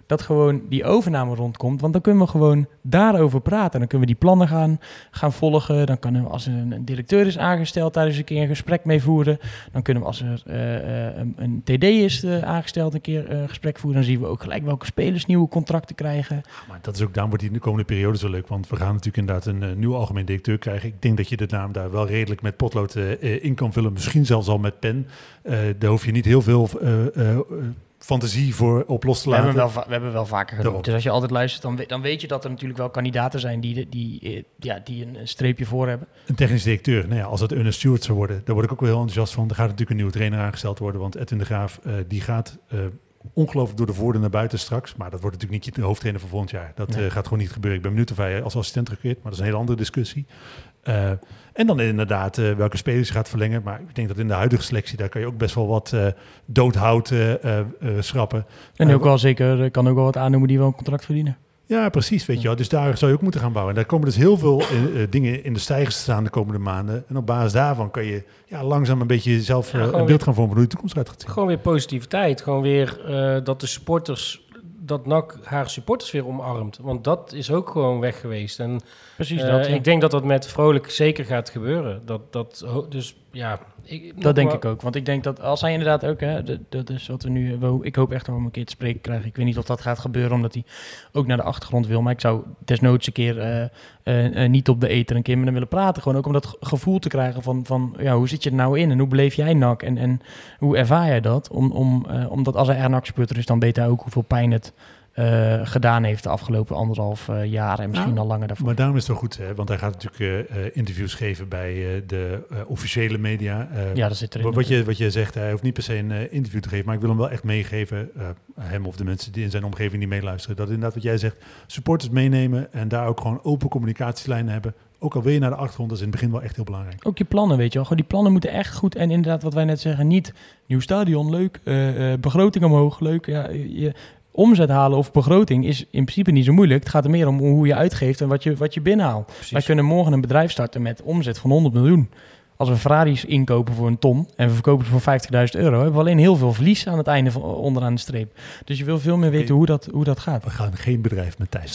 dat gewoon die overname rondkomt. Want dan kunnen we gewoon daarover praten. Dan kunnen we die plannen gaan, gaan volgen. Dan kunnen we, als er een, een directeur is aangesteld, daar eens een keer een gesprek mee voeren. Dan kunnen we, als er uh, uh, een, een T D is uh, aangesteld, een keer een uh, gesprek voeren. Dan zien we ook gelijk welke spelers nieuwe contracten krijgen. Maar dat is ook, daarom wordt die de komende periode zo leuk. Want we gaan natuurlijk inderdaad een uh, nieuwe algemeen directeur krijgen. Ik denk dat je de naam daar wel redelijk met potlood uh, in kan vullen. Misschien zelfs al met pen. Uh, daar hoef je niet heel veel uh, uh, uh, fantasie voor op los te we laten. Hebben wel va- we hebben wel vaker gedaan. Daarop. Dus als je altijd luistert, dan, we- dan weet je dat er natuurlijk wel kandidaten zijn die, de, die, uh, ja, die een, een streepje voor hebben. Een technisch directeur, nou ja, als het Ernest Stewart zou worden, daar word ik ook wel heel enthousiast van. Er gaat natuurlijk een nieuwe trainer aangesteld worden, want Edwin de Graaf, uh, die gaat uh, ongelooflijk door de voordeur naar buiten straks. Maar dat wordt natuurlijk niet de hoofdtrainer voor volgend jaar. Dat nee. uh, gaat gewoon niet gebeuren. Ik ben benieuwd of hij als assistent terugkeert, maar dat is een hele andere discussie. Uh, en dan inderdaad uh, welke spelers je gaat verlengen. Maar ik denk dat in de huidige selectie, daar kan je ook best wel wat uh, doodhout uh, uh, uh, schrappen. En uh, ook wel zeker, kan ook wel wat aannoemen die wel een contract verdienen. Ja, precies, weet je wel. Dus daar zou je ook moeten gaan bouwen. En daar komen dus heel veel uh, dingen in de stijgers te staan de komende maanden. En op basis daarvan kan je ja, langzaam een beetje zelf uh, ja, een beeld weer, gaan vormen hoe de toekomst eruit gaat zien. Gewoon weer positiviteit. Gewoon weer uh, dat de supporters, dat N A C haar supporters weer omarmt. Want dat is ook gewoon weg geweest. En precies uh, dat. Ja. Ik denk dat dat met Vrolijk zeker gaat gebeuren. Dat, dat, dus ja... Ik, dat denk maar, ik ook. Want ik denk dat als hij inderdaad ook... Hè, dat, dat is wat we nu... We, ik hoop echt dat we hem een keer te spreken krijgen. Ik weet niet of dat gaat gebeuren, omdat hij ook naar de achtergrond wil. Maar ik zou desnoods een keer uh, uh, uh, niet op de ether een keer met hem willen praten. Gewoon ook om dat gevoel te krijgen van... van ja, hoe zit je er nou in? En hoe beleef jij N A C? En, en hoe ervaar jij dat? Om, om, uh, omdat als hij er N A C-supporter is, dan weet hij ook hoeveel pijn het... Uh, gedaan heeft de afgelopen anderhalf uh, jaar en misschien nou, al langer daarvoor. Maar daarom is het wel goed, hè? Want hij gaat natuurlijk uh, interviews geven bij uh, de uh, officiële media. Uh, ja, dat zit erin. Wat je, wat je zegt, hij hoeft niet per se een uh, interview te geven, maar ik wil hem wel echt meegeven, uh, hem of de mensen die in zijn omgeving die meeluisteren, dat inderdaad wat jij zegt, supporters meenemen en daar ook gewoon open communicatielijnen hebben. Ook al wil je naar de achtergrond, dat is in het begin wel echt heel belangrijk. Ook je plannen, weet je wel. Gewoon die plannen moeten echt goed. En inderdaad, wat wij net zeggen, niet nieuw stadion, leuk. Uh, uh, begroting omhoog, leuk. Ja, je, omzet halen of begroting is in principe niet zo moeilijk. Het gaat er meer om hoe je uitgeeft en wat je, wat je binnenhaalt. Precies. Wij kunnen morgen een bedrijf starten met omzet van honderd miljoen. Als we Ferraris inkopen voor een ton en we verkopen ze voor vijftigduizend euro... hebben we alleen heel veel verlies aan het einde van onderaan de streep. Dus je wil veel meer weten okay. hoe, dat, hoe dat gaat. We gaan geen bedrijf met Thijs.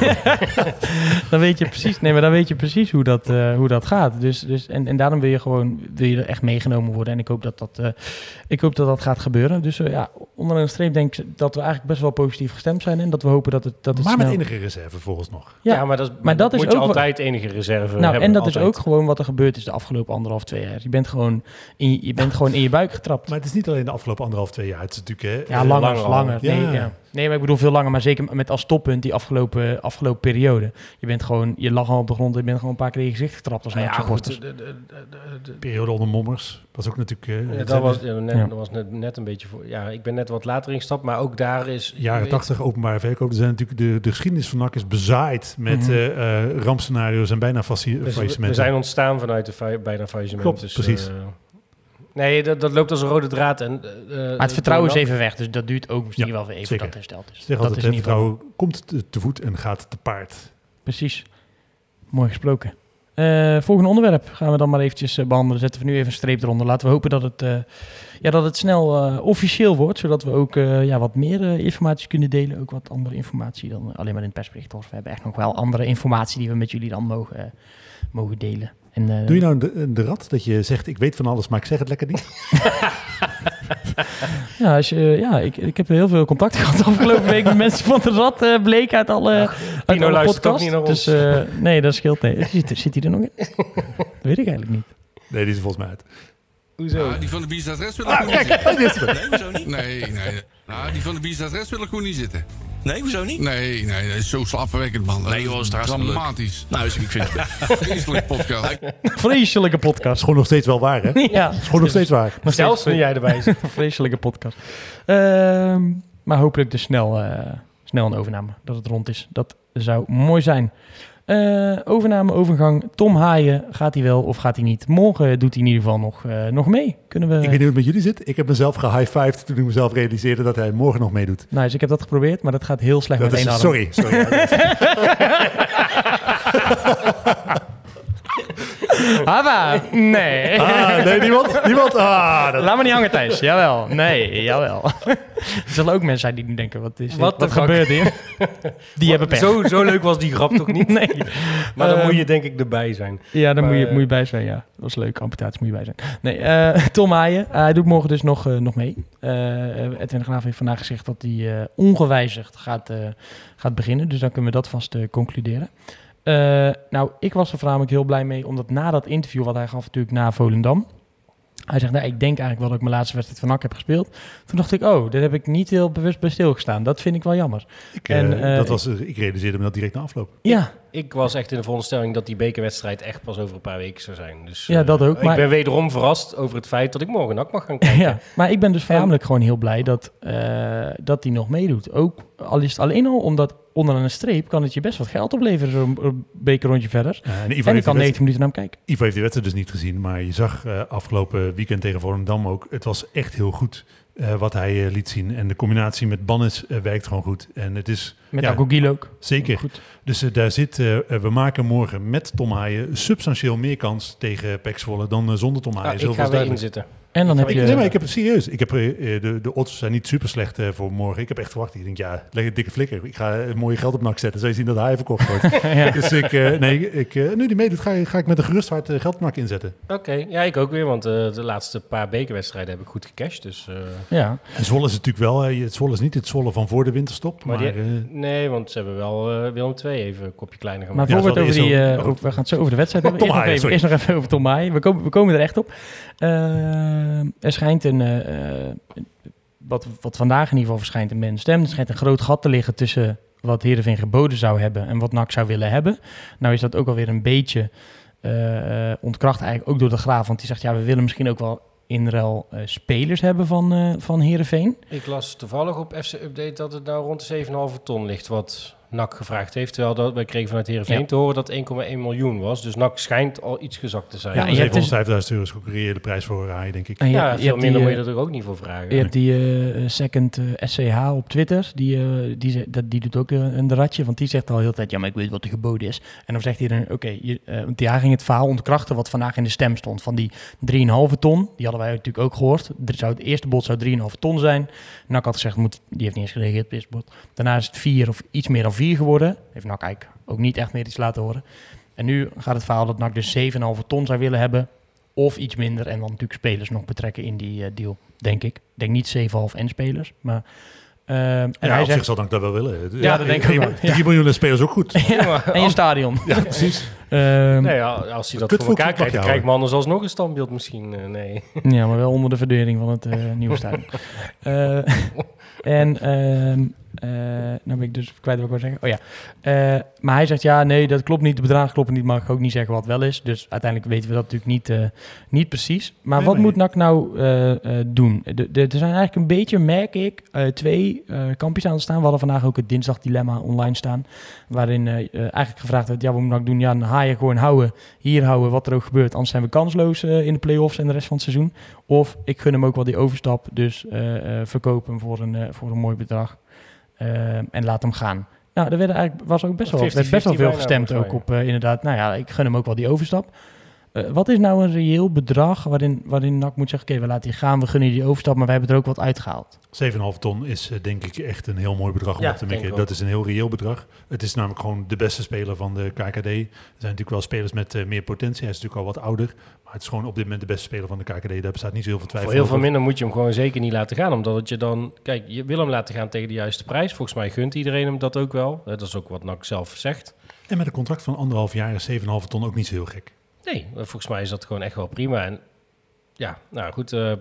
dan weet je precies, nee, maar dan weet je precies hoe dat, uh, hoe dat gaat. Dus, dus, en, en daarom wil je gewoon wil je er echt meegenomen worden. En ik hoop dat dat, uh, ik hoop dat, dat gaat gebeuren. Dus uh, ja, onderaan de streep denk ik dat we eigenlijk best wel positief gestemd zijn. En dat we hopen dat het, dat het maar snel... met enige reserve volgens nog. Ja, ja maar dat, maar dat moet is je ook altijd wat... enige reserve nou, hebben. En dat altijd. is ook gewoon wat er gebeurd is de afgelopen anderhalf Of twee jaar. Je bent gewoon in, je bent gewoon in je buik getrapt. Maar het is niet alleen de afgelopen anderhalf, twee jaar. Het is natuurlijk... Hè, ja, langer. langer, langer. Ja. Nee, ja. nee, maar ik bedoel veel langer. Maar zeker met als toppunt die afgelopen, afgelopen periode. Je bent gewoon... Je lag al op de grond en je bent gewoon een paar keer in je gezicht getrapt als nou ja, supporters. De, de, de, de, de periode onder Mommers. Dat is ook natuurlijk... Uh, ja, dat was, ja, net, ja. dat was net, net een beetje... Voor, ja, ik ben net wat later ingestapt, maar ook daar is... Jaren tachtig openbare verkoop. Er zijn natuurlijk de, de geschiedenis van N A C is bezaaid met mm-hmm. uh, uh, rampscenario's en bijna faillissementen. Dus we, we zijn ontstaan vanuit de fa- bijna faillissement. Klopt, dus, precies. Uh, nee, dat, dat loopt als een rode draad. En, uh, maar het vertrouwen is even weg, dus dat duurt ook misschien ja, wel weer even zeker. dat hersteld is. Zeg dat altijd, is het vertrouwen komt te, te voet en gaat te paard. Precies. Mooi gesproken. Uh, volgende onderwerp gaan we dan maar eventjes uh, behandelen. Zetten we nu even een streep eronder. Laten we hopen dat het, uh, ja, dat het snel uh, officieel wordt, zodat we ook uh, ja, wat meer uh, informatie kunnen delen. Ook wat andere informatie dan uh, alleen maar in het persbericht. Of we hebben echt nog wel andere informatie die we met jullie dan mogen, uh, mogen delen. En, uh, Doe je nou de, de rat dat je zegt, ik weet van alles, maar ik zeg het lekker niet? ja, als je, ja ik, ik heb heel veel contact gehad de afgelopen week met mensen van de rat, uh, bleek uit alle, ja, uit alle podcasts. Dus uh, nee, dat scheelt. Nee. Zit, zit hij er nog in? Dat weet ik eigenlijk niet. Nee, die is er volgens mij uit. Hoezo? Ah, die van de Biesadres wil ik ah, gewoon kijk, niet zitten. Nee, hoezo niet? Nee, nee. Nou, die van de Biesadres wil ik gewoon niet zitten. Nee, hoezo niet? Nee, nee, dat is zo slaapverwekkend, man. Nee, joh, dat is dramatisch. Nou, dus ik vind het vreselijke podcast. Vreselijke podcast. Dat is gewoon nog steeds wel waar, hè? Ja. Dat is gewoon nog steeds waar. Maar zelfs nu jij erbij zit. Vreselijke podcast. Uh, maar hopelijk dus snel, uh, snel een overname. Dat het rond is. Dat zou mooi zijn. Uh, overname, overgang. Tom Haaien, gaat hij wel of gaat hij niet? Morgen doet hij in ieder geval nog, uh, nog mee. Kunnen we... Ik weet niet hoe het met jullie zit. Ik heb mezelf gehigh-fived toen ik mezelf realiseerde dat hij morgen nog meedoet. Nou, dus ik heb dat geprobeerd, maar dat gaat heel slecht dat met is, één arm. Sorry, sorry. Hava, nee. Ah, nee, niemand? Niemand? Ah, dat... Laat me niet hangen, Thijs. Jawel. Nee, jawel. Er zullen ook mensen zijn die nu denken, wat is dit? Wat Wat de fuck? gebeurt hier? Die hebben pech. Zo, zo leuk was die grap toch niet? Nee. Maar dan Ehm, moet je denk ik erbij zijn. Ja, daar Maar, moet, je, eh, moet je bij zijn, ja. Dat was leuk, amputatie moet je bij zijn. Nee, eh, Tom Haaien, hij doet morgen dus nog, uh, nog mee. Uh, Edwin de Graaf heeft vandaag gezegd dat hij uh, ongewijzigd gaat, uh, gaat beginnen. Dus dan kunnen we dat vast uh, concluderen. Uh, nou, ik was er voornamelijk heel blij mee, omdat na dat interview wat hij gaf natuurlijk na Volendam... Hij zegt, nou, ik denk eigenlijk wel dat ik mijn laatste wedstrijd van N A C heb gespeeld. Toen dacht ik, oh, daar heb ik niet heel bewust bij stilgestaan. Dat vind ik wel jammer. Ik, En, uh, uh, dat was, ik realiseerde me dat direct na afloop. Ja, Ik was echt in de veronderstelling dat die bekerwedstrijd echt pas over een paar weken zou zijn. Dus, Ja, eh, dat ook, Ik maar- ben wederom verrast over het feit dat ik morgen N A C mag gaan kijken. ja, maar ik ben dus voornamelijk gewoon heel blij dat uh, dat hij nog meedoet. Ook al is het alleen al omdat onder een streep kan het je best wat geld opleveren, zo'n bekerrondje verder. Uh, en Ivo En ik heeft, kan die negentig minuten naar hem kijken. Ivo heeft die wedstrijd dus niet gezien, maar je zag uh, afgelopen weekend tegen Volendam ook, het was echt heel goed uh, wat hij uh, liet zien. En de combinatie met Bannis uh, werkt gewoon goed. En het is... Met ja, Akogil ook. Zeker. Goed. Dus uh, daar zit, uh, we maken morgen met Tom Haaien substantieel meer kans tegen P E C Zwolle dan uh, zonder Tom Haaien. Ah, ik Zoveel ga is weer duidelijk. inzitten. En dan heb Ik, je... nee, maar ik heb het serieus. Ik heb, uh, de, de odds zijn niet super slecht uh, voor morgen. Ik heb echt verwacht. Ik denk, ja, leg een dikke flikker. Ik ga uh, mooie geld op N A C zetten. Zul je zien dat hij verkocht wordt. ja. Dus ik, uh, nee, ik, uh, nu die meedoet, ga, ga ik met een gerust hart uh, geld op N A C inzetten. Oké, okay. Ja, ik ook weer, want uh, de laatste paar bekerwedstrijden heb ik goed gecashed. Dus, uh... ja. En Zwolle is natuurlijk wel, uh, het Zwolle is niet het Zwolle van voor de winterstop. Maar, Maar maar die, uh, nee, want ze hebben wel uh, Willem twee even een kopje kleiner Maar gemaakt. voor we Ja, het dat over is die... zo- Uh, over, we gaan het zo over de wedstrijd hebben. Tom Eerst nog, Haaien, even, eerst nog even over Tom Haaien. We komen, we komen er echt op. Uh, er schijnt een... Uh, wat, wat vandaag in ieder geval verschijnt in mijn stem. Er schijnt een groot gat te liggen tussen wat Heerenveen geboden zou hebben en wat N A C zou willen hebben. Nou is dat ook alweer een beetje uh, ontkracht eigenlijk ook door de Graaf. Want die zegt, ja, we willen misschien ook wel in ruil uh, spelers hebben van, uh, van Heerenveen. Ik las toevallig op F C Update dat het nou rond de zeven komma vijf ton ligt wat N A C gevraagd heeft. Terwijl dat, wij kregen vanuit Heerenveen Ja. te horen dat één komma één miljoen was. Dus N A C schijnt al iets gezakt te zijn. Ja, Ja, en je hebt dus- zevenhonderdvijfduizend euro is ook een reële prijs voor Haaien, denk ik. En je, ja je veel hebt die, minder moet uh, je er ook niet voor vragen. Je hebt die uh, second uh, S C H op Twitter, die, uh, die, ze- dat, die doet ook uh, een ratje, want die zegt al heel de tijd, ja, maar ik weet wat er geboden is. En dan zegt hij dan, oké, okay, uh, want ja, ging het verhaal ontkrachten wat vandaag in de stem stond. Van die drie komma vijf ton, die hadden wij natuurlijk ook gehoord. Er zou, het eerste bod zou drie komma vijf ton zijn. N A C had gezegd, moet, die heeft niet eens gereageerd op het eerste bod. Daarna is het vier of iets meer dan vier geworden. Heeft N A C eigenlijk ook niet echt meer iets laten horen. En nu gaat het verhaal dat N A C dus zeven komma vijf ton zou willen hebben. Of iets minder. En dan natuurlijk spelers nog betrekken in die uh, deal, denk ik. Ik denk niet zeven komma vijf en spelers. Maar, uh, en Ja, hij op zegt, zich zal Dan dat wel willen. Ja, dat denk ik ook wel. drie miljoen spelers ook goed. ja, en je stadion. Ja, precies. Um, Nee, ja, als hij dat Kut voor elkaar voetbal krijgt, dan mag je krijgt man anders alsnog een standbeeld misschien. Uh, nee. Ja, maar wel onder de verdering van het uh, nieuwe stadion. uh, en um, uh, nou ben ik dus kwijt wat ik wil zeggen. Oh ja. Uh, maar hij zegt, ja, nee, dat klopt niet. De bedragen kloppen niet. Mag ik ook niet zeggen wat wel is. Dus uiteindelijk weten we dat natuurlijk niet, uh, niet precies. Maar Nee, wat maar moet je- N A C nou uh, uh, doen? De, de, er zijn eigenlijk een beetje, merk ik, uh, twee uh, kampjes aan te staan. We hadden vandaag ook het dinsdagdilemma online staan. Waarin uh, uh, eigenlijk gevraagd werd, ja, wat moet N A C doen? Ja, een Haaien gewoon houden. Hier houden, wat er ook gebeurt. Anders zijn we kansloos uh, in de play-offs en de rest van het seizoen. Of ik gun hem ook wel die overstap. Dus uh, uh, verkoop hem voor een, uh, voor een mooi bedrag. Uh, en laat hem gaan. Nou, er werd eigenlijk, was ook best wel, werd best wel veel bijna, gestemd ook volgens op uh, inderdaad. Nou ja, ik gun hem ook wel die overstap. Uh, wat is nou een reëel bedrag waarin, waarin N A C moet zeggen, oké, okay, we laten die gaan, we gunnen die overstap, maar we hebben er ook wat uitgehaald. zeven komma vijf ton is uh, denk ik echt een heel mooi bedrag om Ja, op te denk mikken. ik ook. Dat is een heel reëel bedrag. Het is namelijk gewoon de beste speler van de K K D. Er zijn natuurlijk wel spelers met uh, meer potentie. Hij is natuurlijk al wat ouder. Maar het is gewoon op dit moment de beste speler van de K K D. Daar bestaat niet zo heel veel twijfel Voor heel veel over. minder moet je hem gewoon zeker niet laten gaan. Omdat het je dan... Kijk, je wil hem laten gaan tegen de juiste prijs. Volgens mij gunt iedereen hem dat ook wel. Dat is ook wat N A C zelf zegt. En met een contract van anderhalf jaar is zeven komma vijf ton ook niet zo heel gek. Nee, volgens mij is dat gewoon echt wel prima. En ja, nou goed. Uh,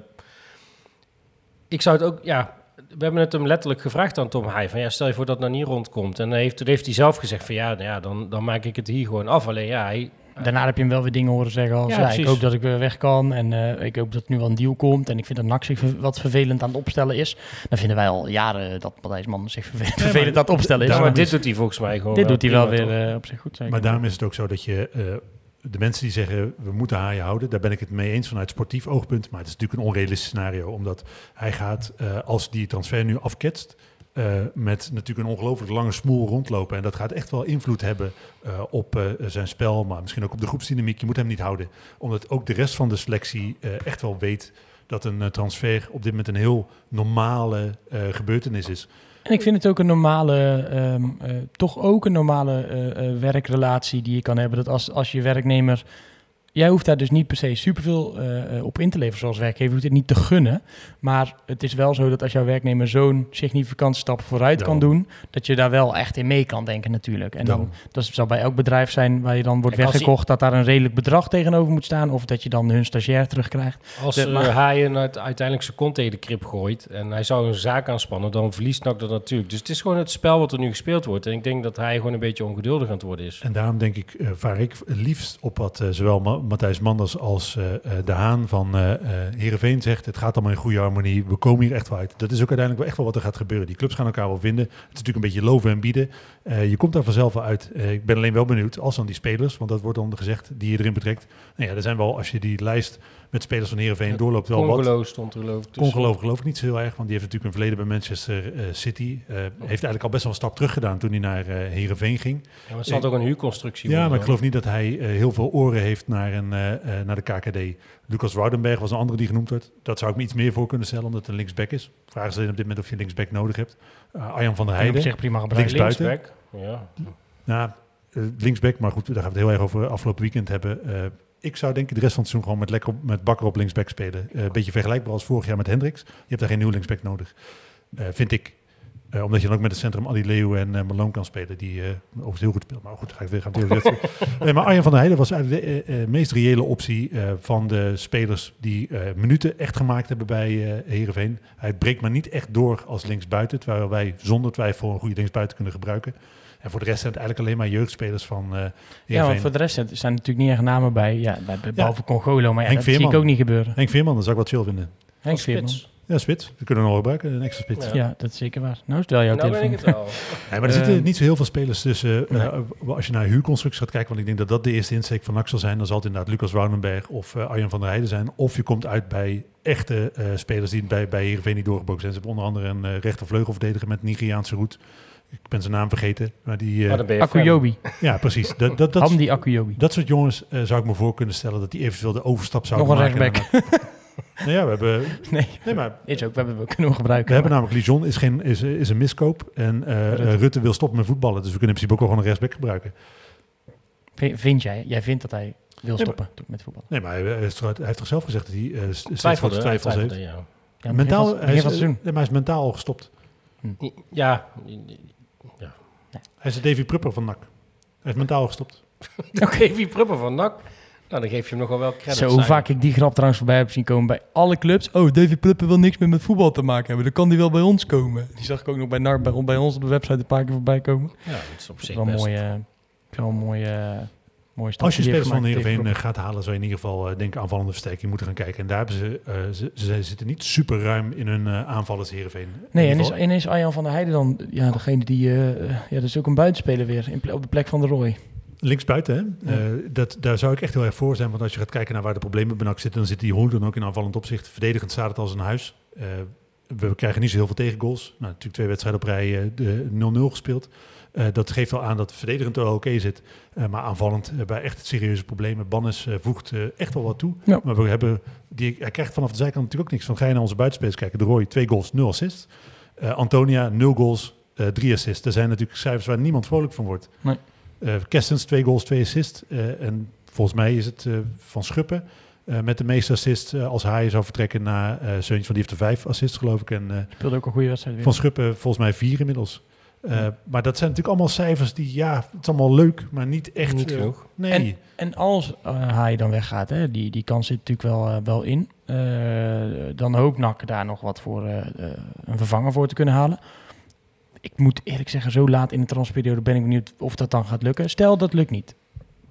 ik zou het ook... Ja, we hebben het hem letterlijk gevraagd aan Tom Haaien. Van ja, stel je voor dat het nou niet rondkomt. En dan heeft, toen heeft hij zelf gezegd van ja, nou ja dan, dan maak ik het hier gewoon af. Alleen ja, hij... Daarna heb je hem wel weer dingen horen zeggen als, Ja, ja, ik precies. hoop dat ik weer weg kan en uh, ik hoop dat er nu wel een deal komt. En ik vind dat N A C zich ver- wat vervelend aan het opstellen is. Dan vinden wij al jaren dat Matthijsman zich vervelend, maar vervelend aan het opstellen is. Ja, daarom maar is- dit doet hij volgens mij gewoon Dit doet hij wel prima, weer toch? uh, op zich goed. Zeker. Maar daarom is het ook zo dat je... Uh, de mensen die zeggen, we moeten Haaien houden, daar ben ik het mee eens vanuit sportief oogpunt. Maar het is natuurlijk een onrealistisch scenario, omdat hij gaat, uh, als die transfer nu afketst, Uh, met natuurlijk een ongelooflijk lange smoel rondlopen. En dat gaat echt wel invloed hebben uh, op uh, zijn spel, maar misschien ook op de groepsdynamiek. Je moet hem niet houden, omdat ook de rest van de selectie uh, echt wel weet dat een uh, transfer op dit moment een heel normale uh, gebeurtenis is. En ik vind het ook een normale, um, uh, toch ook een normale uh, uh, werkrelatie die je kan hebben. Dat als, als je werknemer... Jij hoeft daar dus niet per se superveel uh, op in te leveren zoals werkgever. Je hoeft het niet te gunnen. Maar het is wel zo dat als jouw werknemer zo'n significante stap vooruit ja. kan doen, dat je daar wel echt in mee kan denken natuurlijk. En dan, dat zal bij elk bedrijf zijn waar je dan wordt Kijk, weggekocht, dat daar een redelijk bedrag tegenover moet staan. Of dat je dan hun stagiair terugkrijgt. Als de, uh, Haaien uiteindelijk zijn kont tegen de krip gooit en hij zou een zaak aanspannen, dan verliest N A C dat natuurlijk. Dus het is gewoon het spel wat er nu gespeeld wordt. En ik denk dat hij gewoon een beetje ongeduldig aan het worden is. En daarom denk ik, uh, waar ik het liefst op wat uh, zowel Ma- Matthijs Manders als uh, De Haan van uh, uh, Heerenveen zegt, het gaat allemaal in goede harmonie, we komen hier echt wel uit. Dat is ook uiteindelijk wel echt wel wat er gaat gebeuren. Die clubs gaan elkaar wel vinden. Het is natuurlijk een beetje loven en bieden. Uh, je komt daar vanzelf wel uit. Uh, ik ben alleen wel benieuwd, als dan die spelers, want dat wordt dan gezegd, die je erin betrekt. Nou ja, er zijn wel, als je die lijst met spelers van Heerenveen ja, doorloopt, wel Congolo wat. stond er geloof ik. Congolo geloof ik niet zo heel erg, want die heeft natuurlijk een verleden bij Manchester uh, City. Uh, heeft eigenlijk al best wel een stap terug gedaan toen hij naar uh, Heerenveen ging. Ja, maar het zat ook een huurconstructie. Ja, worden, maar ik geloof niet dat hij uh, heel veel oren heeft naar, een, uh, uh, naar de K K D. Lucas Woudenberg was een andere die genoemd werd. Dat zou ik me iets meer voor kunnen stellen, omdat het een linksback is. Vraag is alleen op dit moment of je linksback nodig hebt. Uh, Arjan van der Heijden, zich prima gebruiken. linksbuiten. Ja. Nou, uh, linksback, maar goed, daar gaan we het heel erg over afgelopen weekend hebben. Uh, ik zou denk ik de rest van het seizoen gewoon met, lekker op, met Bakker op linksback spelen. Uh, een beetje vergelijkbaar als vorig jaar met Hendricks. Je hebt daar geen nieuwe linksback nodig, uh, vind ik. Uh, omdat je dan ook met het centrum Adi Leeuw en uh, Malone kan spelen, die uh, overigens heel goed speelt. Maar goed, ga ik weer gaan weer. nee, maar Arjan van der Heijden was eigenlijk de uh, uh, meest reële optie uh, van de spelers die uh, minuten echt gemaakt hebben bij uh, Heerenveen. Hij breekt maar niet echt door als linksbuiten, terwijl wij zonder twijfel een goede linksbuiten kunnen gebruiken. En voor de rest zijn het eigenlijk alleen maar jeugdspelers van uh, Heerenveen. Ja, want voor de rest zijn er natuurlijk niet echt namen bij, ja, bij, bij behalve ja. Congolo, maar ja, Henk dat Veerman. zie ik ook niet gebeuren. Henk Veerman, dat zou ik wat chill vinden. Henk Veerman. Ja, spits. We kunnen we nog gebruiken, een extra spits. Ja, ja, dat is zeker waar. Nou, stel jouw nou telefoon. Ben ik het wel. ja, maar er zitten uh, niet zo heel veel spelers tussen. Uh, nee. uh, als je naar huurconstructies gaat kijken, want ik denk dat dat de eerste insteek van N A C zal zijn, dan zal het inderdaad Lucas Woudenberg of uh, Arjan van der Heijden zijn. Of je komt uit bij echte uh, spelers die bij, bij Heerenveen niet doorgebroken zijn. Ze hebben onder andere een uh, rechtervleugelverdediger met Nigeriaanse roet. Ik ben zijn naam vergeten. Maar die, uh, Akuyobi. Ja, precies. Dat, dat, dat, Hamdi Akuyobi. Dat soort jongens uh, zou ik me voor kunnen stellen dat die eventueel de overstap zouden Nog een maken. rechtsback. Nou ja, we hebben... Nee, nee maar, is ook, we hebben, we kunnen hem gebruiken. We hebben namelijk Lijon, is, geen, is, is een miskoop. En uh, Rutte. Uh, Rutte wil stoppen met voetballen. Dus we kunnen in principe ook wel gewoon een rechtsback gebruiken. V, vind jij? Jij vindt dat hij wil stoppen nee, maar, met voetballen? Nee, maar hij, hij heeft toch zelf gezegd dat hij uh, twijfelde, twijfels heeft. Ja. Ja, mentaal, hij, is, uh, hij is mentaal al gestopt. Hm. Ja. ja. Hij is de Davy Prupper van N A C. Hij heeft mentaal gestopt. Davy Prupper van N A C? Nou, dan geef je hem nog wel wel credits. Zo hoe vaak ik die grap trouwens voorbij heb zien komen bij alle clubs. Oh, Davy Prupper wil niks meer met voetbal te maken hebben. Dan kan die wel bij ons komen. Die zag ik ook nog bij, Nar, bij, bij ons op de website een paar keer voorbij komen. Ja, dat is op zich wel best. Mooi, uh, wel een mooie, uh, mooie stap. Als je spelers van Heerenveen gaat halen, zou je in ieder geval uh, denken aanvallende versterking moeten gaan kijken. En daar hebben ze, uh, ze, ze zitten niet super ruim in hun uh, aanvallers Heerenveen. Nee, en is, en is Arjan van der Heijden dan ja, degene die, uh, ja, dat is ook een buitenspeler weer in ple- op de plek van de Roy. Linksbuiten, hè? Ja. Uh, dat, daar zou ik echt heel erg voor zijn. Want als je gaat kijken naar waar de problemen bij N A C zitten, dan zit die Hoen dan ook in aanvallend opzicht. Verdedigend staat het als een huis. Uh, we krijgen niet zo heel veel tegengoals. Nou, natuurlijk twee wedstrijden op rij uh, de nul nul gespeeld. Uh, dat geeft al aan dat verdedigend wel oké okay zit. Uh, maar aanvallend uh, bij echt serieuze problemen. Bannes uh, voegt uh, echt wel wat toe. Ja. Maar we hebben die, hij krijgt vanaf de zijkant natuurlijk ook niks van. Ga je naar onze buitenspelers kijken. De Roy, twee goals, nul assists. Uh, Antonia, nul goals, uh, drie assists. Er zijn natuurlijk cijfers waar niemand vrolijk van wordt. Nee. Uh, Kerstens, twee goals, twee assists. Uh, en volgens mij is het uh, Van Schuppen uh, met de meeste assists uh, als hij zou vertrekken naar uh, Seuntje. Want die heeft er vijf assists, geloof ik. En uh, speelde ook een goede wedstrijd weer. Van Schuppen volgens mij vier inmiddels. Uh, ja. Maar dat zijn natuurlijk allemaal cijfers die, ja, het is allemaal leuk, maar niet echt niet genoeg. Uh, nee. En, en als uh, hij dan weggaat, hè, die, die kans zit natuurlijk wel, uh, wel in. Uh, dan hoopt N A C daar nog wat voor uh, uh, een vervanger voor te kunnen halen. Ik moet eerlijk zeggen, zo laat in de transferperiode ben ik benieuwd of dat dan gaat lukken. Stel, dat lukt niet.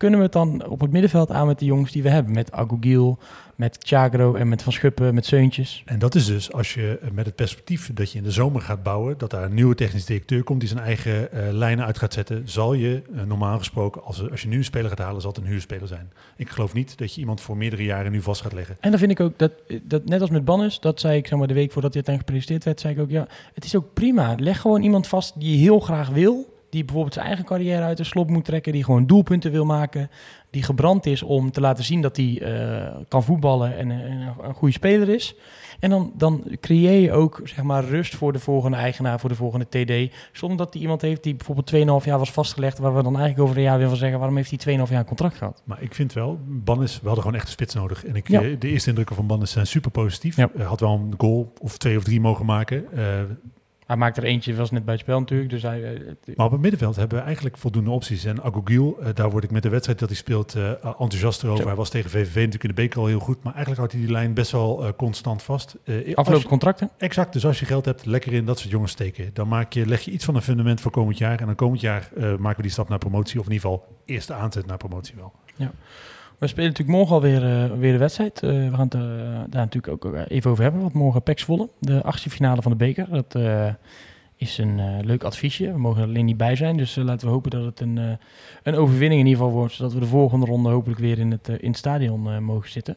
kunnen we het dan op het middenveld aan met de jongens die we hebben? Met Agogiel, met Thiagro en met Van Schuppen, met Seuntjes. En dat is dus als je met het perspectief dat je in de zomer gaat bouwen, dat daar een nieuwe technisch directeur komt die zijn eigen uh, lijnen uit gaat zetten, zal je uh, normaal gesproken, als, als je nu een speler gaat halen, zal het een huurspeler zijn. Ik geloof niet dat je iemand voor meerdere jaren nu vast gaat leggen. En dan vind ik ook, dat, dat net als met Bannes, dat zei ik zeg maar, de week voordat dit dan gepresenteerd werd, zei ik ook, ja, het is ook prima. Leg gewoon iemand vast die je heel graag wil, die bijvoorbeeld zijn eigen carrière uit de slop moet trekken, die gewoon doelpunten wil maken, die gebrand is om te laten zien dat hij uh, kan voetballen en, en een goede speler is. En dan, dan creëer je ook zeg maar, rust voor de volgende eigenaar, voor de volgende T D. Zonder dat hij iemand heeft die bijvoorbeeld twee komma vijf jaar was vastgelegd, waar we dan eigenlijk over een jaar weer van zeggen, waarom heeft hij twee komma vijf jaar een contract gehad? Maar ik vind wel, Bannes, we hadden gewoon echt een spits nodig. En ik, Ja. de eerste indrukken van Bannes zijn super positief. Ja. Uh, had wel een goal of twee of drie mogen maken. Uh, Hij maakt er eentje, was net bij het spel natuurlijk. Dus hij, uh, Maar op het middenveld hebben we eigenlijk voldoende opties. En Agogiel, uh, daar word ik met de wedstrijd dat hij speelt uh, enthousiast over. Zo. Hij was tegen V V V natuurlijk in de beker al heel goed. Maar eigenlijk houdt hij die lijn best wel uh, constant vast. Uh, aflopende als je- contracten. Exact, dus als je geld hebt, lekker in dat soort jongens steken. Dan maak je, leg je iets van een fundament voor komend jaar. En dan komend jaar uh, maken we die stap naar promotie. Of in ieder geval eerste aanzet naar promotie wel. We spelen natuurlijk morgen alweer uh, weer de wedstrijd. Uh, we gaan het uh, daar natuurlijk ook even over hebben. Want morgen P E C Zwolle, de achtste finale van de beker. Dat uh, is een uh, leuk adviesje. We mogen er alleen niet bij zijn. Dus uh, laten we hopen dat het een, uh, een overwinning in ieder geval wordt. Zodat we de volgende ronde hopelijk weer in het, uh, in het stadion uh, mogen zitten.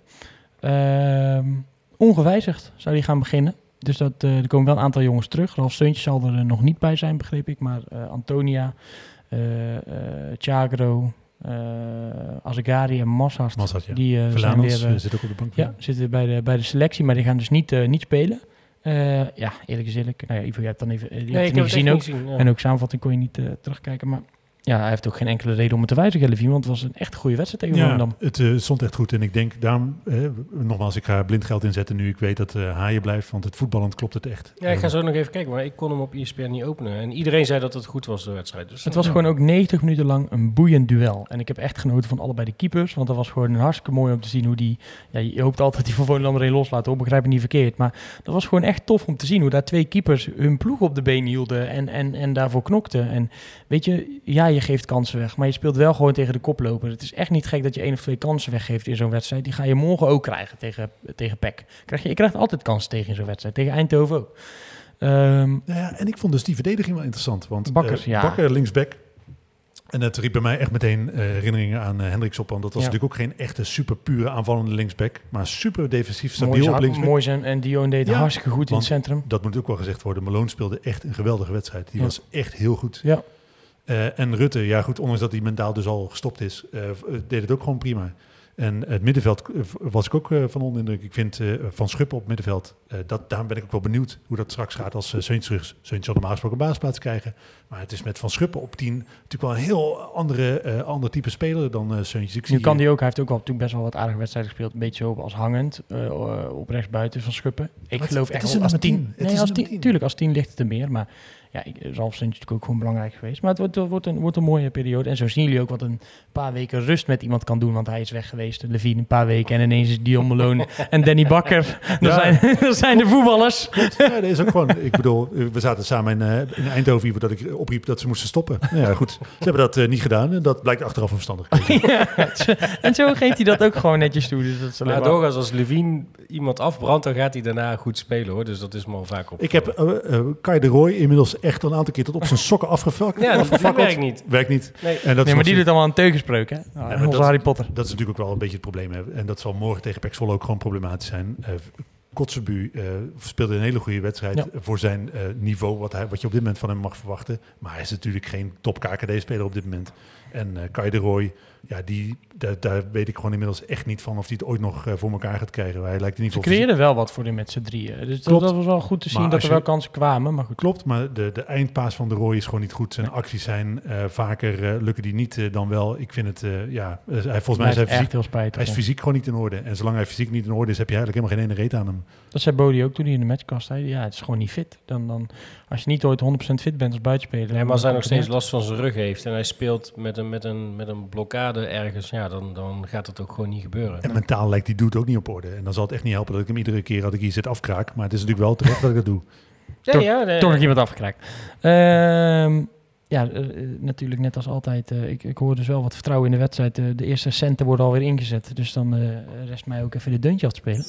Uh, ongewijzigd zou die gaan beginnen. Dus dat, uh, er komen wel een aantal jongens terug. Ralf Seuntjes zal er uh, nog niet bij zijn, begreep ik. Maar uh, Antonia, uh, uh, Thiagro, uh, Azegari en Massart, Massart, ja. die uh, zijn Verlanos weer... Uh, uh, zit ook op de bank. ja, zitten bij de, bij de selectie, maar die gaan dus niet, uh, niet spelen. Uh, ja, eerlijk is eerlijk. Nou ja, Ivo, jij hebt dan even uh, je Nee, hebt ik het heb niet het gezien echt ook. niet gezien. Ja. En ook samenvatting kon je niet uh, terugkijken. Maar ja, hij heeft ook geen enkele reden om het te wijzigen, Levine. Want het was een echt goede wedstrijd tegen Ja, Volendam. het uh, stond echt goed. En ik denk, daarom, eh, nogmaals, ik ga blind geld inzetten nu ik weet dat uh, Haaien blijft. Want het voetballend klopt het echt. Ja, ik ga zo nog even kijken, maar ik kon hem op E S P N niet openen. En iedereen zei dat het goed was, de wedstrijd. Dus Het was gewoon ook negentig minuten lang een boeiend duel. En ik heb echt genoten van allebei de keepers. Want dat was gewoon hartstikke mooi om te zien hoe die... Ja, je hoopt altijd dat die van Volendam er een loslaten. Hoor, begrijp ik niet verkeerd. Maar dat was gewoon echt tof om te zien hoe daar twee keepers hun ploeg op de been hielden. En, en, en daarvoor knokten. En weet je, ja, je geeft kansen weg. Maar je speelt wel gewoon tegen de koploper. Het is echt niet gek dat je één of twee kansen weggeeft in zo'n wedstrijd. Die ga je morgen ook krijgen tegen, tegen P E C. Krijg je, je krijgt altijd kansen tegen in zo'n wedstrijd. Tegen Eindhoven ook. Um, Nou ja, en ik vond dus die verdediging wel interessant. Want Bakker, uh, ja. Bakker linksback. En het riep bij mij echt meteen uh, herinneringen aan uh, Hendricks op. Want dat was Ja. natuurlijk ook geen echte super pure aanvallende linksback. Maar super defensief, mooi stabiel op zak, linksback. mooi zijn. En Dion deed Ja, hartstikke goed in het want- centrum. Dat moet ook wel gezegd worden. Malone speelde echt een geweldige wedstrijd. Die Ja. was echt heel goed. Ja. Uh, en Rutte, ja goed, ondanks dat hij mentaal dus al gestopt is, uh, deed het ook gewoon prima. En het middenveld uh, was ik ook uh, van onder indruk. Ik vind uh, Van Schuppen op het middenveld, uh, dat, daarom ben ik ook wel benieuwd hoe dat straks gaat als uh, Seuntjes terug is. Seuntjes zal normaal gesproken een basisplaats krijgen. Maar het is met Van Schuppen op tien natuurlijk wel een heel andere, uh, ander type speler dan uh, Seuntjes. Ik Nu zie kan hier- hij ook, hij heeft ook al toen best wel wat aardige wedstrijden gespeeld. Een beetje zo als hangend, uh, op rechtsbuiten van Schuppen. Ik het- geloof het echt is wel een als nummer tien. tien. Het Nee, is als een tien. nummer tien. Tuurlijk, als tien ligt het er meer. Maar ja, ik- Ralf Seuntjes is natuurlijk ook gewoon belangrijk geweest. Maar het wordt, het wordt, een, wordt een mooie periode. En zo zien jullie ook wat een paar weken rust met iemand kan doen. Want hij is weg geweest, Levine, een paar weken. En ineens is Dion Malone en Danny Bakker. Dat Ja. zijn, dat zijn de voetballers. Ja, dat is ook gewoon. Ik bedoel, we zaten samen in, uh, in Eindhoven hier, dat ik opriep dat ze moesten stoppen. Nou ja, goed. Ze hebben dat uh, niet gedaan en dat blijkt achteraf onverstandig. Ja, en zo geeft hij dat ook gewoon netjes toe. Dus dat is alleen Maar maar- doorgaans als Levine iemand afbrandt, dan gaat hij daarna goed spelen, hoor. Dus dat is me al vaak op. Ik heb uh, uh, Kai de Roy inmiddels echt een aantal keer tot op zijn sokken afgevakt. Ja, dat, dat werkt niet. Werkt niet. Nee. En dat Nee, is maar nog die doet steeds- allemaal een teugenspreuk, hè? Nou, maar onze dat- Harry Potter. Dat is natuurlijk ook wel een beetje het probleem. Hè. En dat zal morgen tegen P E C Zwolle ook gewoon problematisch zijn. Uh, Kotzebu uh, speelde een hele goede wedstrijd Ja. voor zijn uh, niveau, wat, hij, wat je op dit moment van hem mag verwachten. Maar hij is natuurlijk geen top K K D-speler op dit moment. En uh, Kai de Roy, ja, die, daar, daar weet ik gewoon inmiddels echt niet van of hij het ooit nog uh, voor elkaar gaat krijgen. Hij lijkt in ieder Ze geval creëerden wel wat voor die met z'n drieën. Dus dat, Klopt. dat was wel goed te zien Maar dat als er wel je- kansen kwamen. Maar goed. Klopt, maar de, de eindpaas van de Roy is gewoon niet goed. Zijn acties zijn uh, vaker, uh, lukken die niet uh, dan wel. Ik vind het, uh, ja, uh, hij, volgens mij is hij echt fysiek, heel spijtig. hij is ja. fysiek gewoon niet in orde. En zolang hij fysiek niet in orde is, heb je eigenlijk helemaal geen ene reet aan hem. Dat zei Bodie ook toen hij in de matchcast zei. Ja, het is gewoon niet fit. Dan, dan, als je niet ooit honderd procent fit bent als buitenspeler. Nee, dan maar als hij dan nog komt steeds het last van zijn rug heeft en hij speelt met een, met een, met een blokkade ergens, ja, dan, dan gaat het ook gewoon niet gebeuren. En mentaal lijkt die dude ook niet op orde. En dan zal het echt niet helpen dat ik hem iedere keer dat ik hier zit afkraak. Maar het is natuurlijk wel terecht dat ik dat doe. Ja, Toch- ja, nee, toch nog iemand afgekraakt. Ehm, ja, uh, natuurlijk net als altijd. Uh, ik, ik hoor dus wel wat vertrouwen in de wedstrijd. Uh, de eerste centen worden alweer ingezet. Dus dan uh, rest mij ook even de deuntje af te spelen.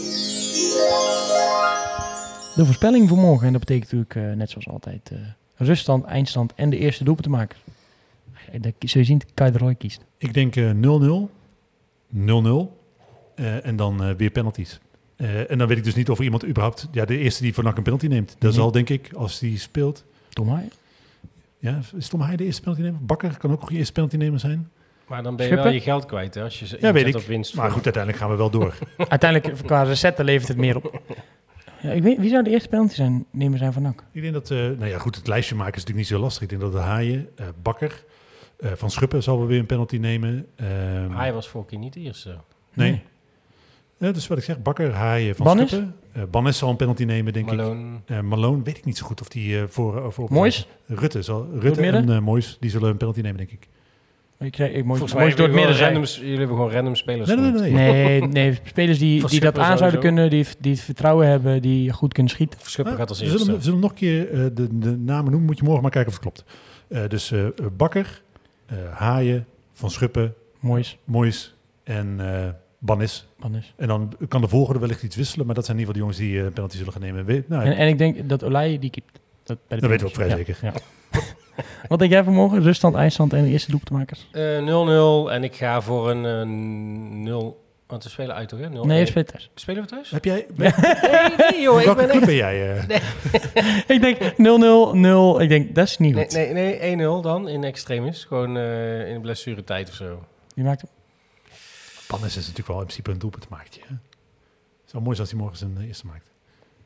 De voorspelling voor morgen. En dat betekent natuurlijk uh, net zoals altijd uh, ruststand, eindstand en de eerste doelpunt te maken. Zul je zien, Kai de Roy kiest. Ik denk uh, nul nul, nul nul uh, en dan uh, weer penalties. Uh, en dan weet ik dus niet of er iemand überhaupt... Ja, de eerste die van N A C een penalty neemt. Dat Mm-hmm. zal denk ik, als die speelt... Tom Haaien. Ja, is Tom Haaien de eerste penalty nemen? Bakker kan ook een eerste penalty nemer zijn. Maar dan ben je Schuppen? wel je geld kwijt, hè? Als je ze Ja, weet inzet ik. op winst. Maar voor- goed, uiteindelijk gaan we wel door. Uiteindelijk, qua recetten levert het meer op. Ja, ik weet, wie zou de eerste penalty zijn, nemen zijn van N A C? Ik denk dat... Uh, nou ja, goed, het lijstje maken is natuurlijk niet zo lastig. Ik denk dat de Haaien, uh, Bakker... Uh, van Schuppen zal we weer een penalty nemen. Uh, Hij was vorige keer niet de eerste. nee. Nee. Ja, dus wat ik zeg, Bakker, Haaien, Van Bannis? Schuppen. Uh, Bannis zal een penalty nemen, denk Malone. ik. Uh, Malone, weet ik niet zo goed of die uh, voor... Uh, voor Moyes? Rutte, zal, Rutte midden? en uh, Moyes, die zullen een penalty nemen, denk ik. Ik krijg, ik, mooi, Volgens mooi mij door het midden zijn. randoms, jullie hebben gewoon random spelers. Nee, nee, nee. genoemd. nee. Nee, nee, spelers die, Van die dat Schuppen aan zouden sowieso. kunnen, die, die het vertrouwen hebben, die goed kunnen schieten. Schuppen Ah, gaat als we, eerste. zullen, we zullen nog een keer uh, de, de namen noemen. Moet je morgen maar kijken of het klopt. Uh, dus uh, Bakker, uh, Haaien, Van Schuppen, Moois. Moyes en uh, Bannis. Bannis. En dan kan de volgende wellicht iets wisselen. Maar dat zijn in ieder geval de jongens die uh, penalty zullen gaan nemen. Weet, nou, En, en ik denk dat Olij die keept. Dat, bij de Dat weten we ook vrij ja, zeker. ja. Wat denk jij vanmorgen? Ruststand, eindstand en de eerste doelpuntenmakers? Eh, nul nul en ik ga voor een uh, nul. Want we spelen uit toch, hè? nul Nee, je één. speelt thuis. Spelen we thuis? heb jij... Nee, nee joh, ik welke ben club echt... ben jij? Uh? Ik denk nul nul nul. Ik denk, dat is niet Nee, goed. nee, nee, één nul dan in extremis. Gewoon uh, in blessuretijd of zo. Wie maakt hem? Bannis is natuurlijk wel in principe een doelpunt maakt. Het zou mooi zijn als hij morgen zijn uh, eerste maakt.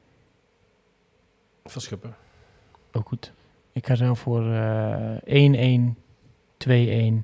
Van Schuppen. Ook goed. Ik ga zelf voor uh, één één, twee één.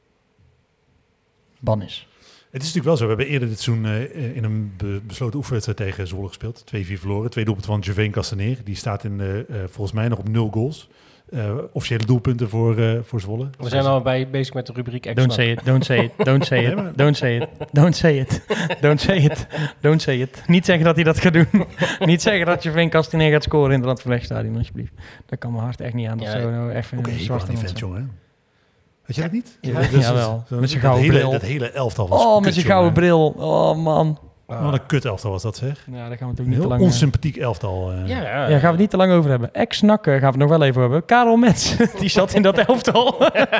Bannis. Het is natuurlijk wel zo. We hebben eerder dit seizoen uh, in een be- besloten oefenwedstrijd tegen Zwolle gespeeld. twee vier verloren. Twee doelpunten van Gervain Castaneer. Die staat in, uh, uh, volgens mij nog op nul goals. Uh, officiële doelpunten voor, uh, voor Zwolle. We zijn al bij bezig met de rubriek Don't Ex-N A C. say it, don't say it, don't say Nee, it, maar- don't say it, don't say it, don't say it, don't say it. Niet zeggen dat hij dat gaat doen. Niet zeggen dat je Veen Castaneer gaat scoren in het Radverlegstadion, alsjeblieft. Dat kan mijn hart echt niet aan. Dat Ja, zou nou echt Oké, een ik zwarte was die rand vent, zijn. jongen. Had je dat niet? Ja, Dat is- jawel. dat- Met zijn dat gouden hele- bril. Dat hele elftal was Oh, kut, met zijn jongen. gouden bril. Oh, man. Wat een kut elftal was dat, zeg. Ja, daar gaan we het ook Een niet te heel lang... onsympathiek elftal. Uh. Ja, ja. Ja, gaan we het niet te lang over hebben. Ex-Nak gaan we het nog wel even hebben. Karel Metz, die zat in dat elftal.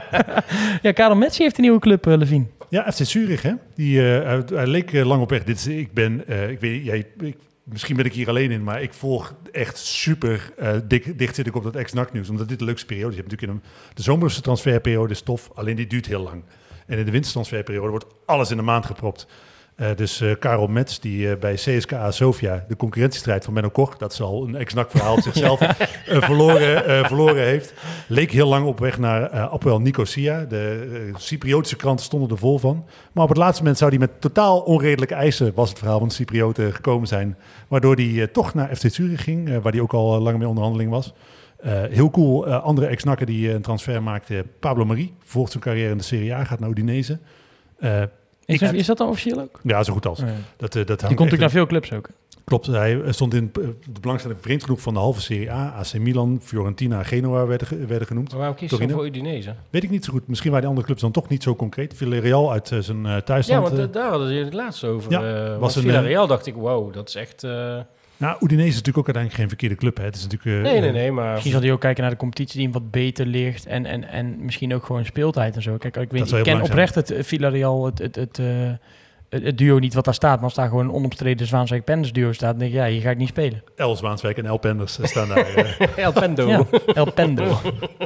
Ja, Karel Metz heeft een nieuwe club, uh, Levine. Ja, F C Zurich, hè? Die, uh, hij, hij leek uh, lang op weg. Dit is, ik ben, uh, ik weet, jij, ik, misschien ben ik hier alleen in, maar ik volg echt super uh, dik, dicht zit ik op dat ex-N A C nieuws, omdat dit de leukste periode is. Je hebt natuurlijk in een, de zomerse transferperiode is tof, alleen die duurt heel lang. En in de wintertransferperiode wordt alles in de maand gepropt. Uh, dus uh, Karel Metz, die uh, bij C S K A Sofia de concurrentiestrijd van Menno Koch, dat is al een ex-N A C verhaal op zichzelf, uh, verloren, uh, verloren heeft. Leek heel lang op weg naar uh, Apoel Nicosia. De uh, Cypriotische kranten stonden er vol van. Maar op het laatste moment zou hij met totaal onredelijke eisen, was het verhaal van de Cyprioten, gekomen zijn. Waardoor hij uh, toch naar F C Zurich ging, uh, waar hij ook al uh, lang mee onderhandeling was. Uh, heel cool, uh, andere ex-N A C'en die uh, een transfer maakte. Pablo Mari, vervolgt zijn carrière in de Serie A, gaat naar Udinese. Uh, Is, Ik- is dat dan officieel ook? ja, zo goed als. Ja. Dat, uh, dat Die hangt komt echt natuurlijk naar veel clubs ook. Klopt, hij stond in uh, de belangstelling vreemd genoeg van de halve Serie A. A C Milan, Fiorentina, Genoa werden, ge- werden genoemd. Maar waarom kies je Torino? voor Udinese? Weet ik niet zo goed. Misschien waren die andere clubs dan toch niet zo concreet. Villarreal uit uh, zijn uh, Ja, thuisland. want uh, uh, daar hadden ze het laatst over. Ja, Ja, was was een, Villarreal dacht ik, wow, dat is echt... Uh, nou, Udinese is natuurlijk ook uiteindelijk geen verkeerde club. Hè. Het is natuurlijk, uh, nee, nee, nee, maar... Misschien zal hij ook kijken naar de competitie die hem wat beter ligt. En, en, en misschien ook gewoon speeltijd en zo. Kijk, ik, weet, zou ik heel ken belangrijk oprecht het uh, Villarreal, het, het, het, uh, het, het duo niet wat daar staat. Maar als daar gewoon een onomstreden Zwaanswijk-Penders duo staat, dan denk ik, ja, hier ga ik niet spelen. El Zwaanswijk en El Penders uh, staan daar. Uh. El Pendo. Ja, El Pendo.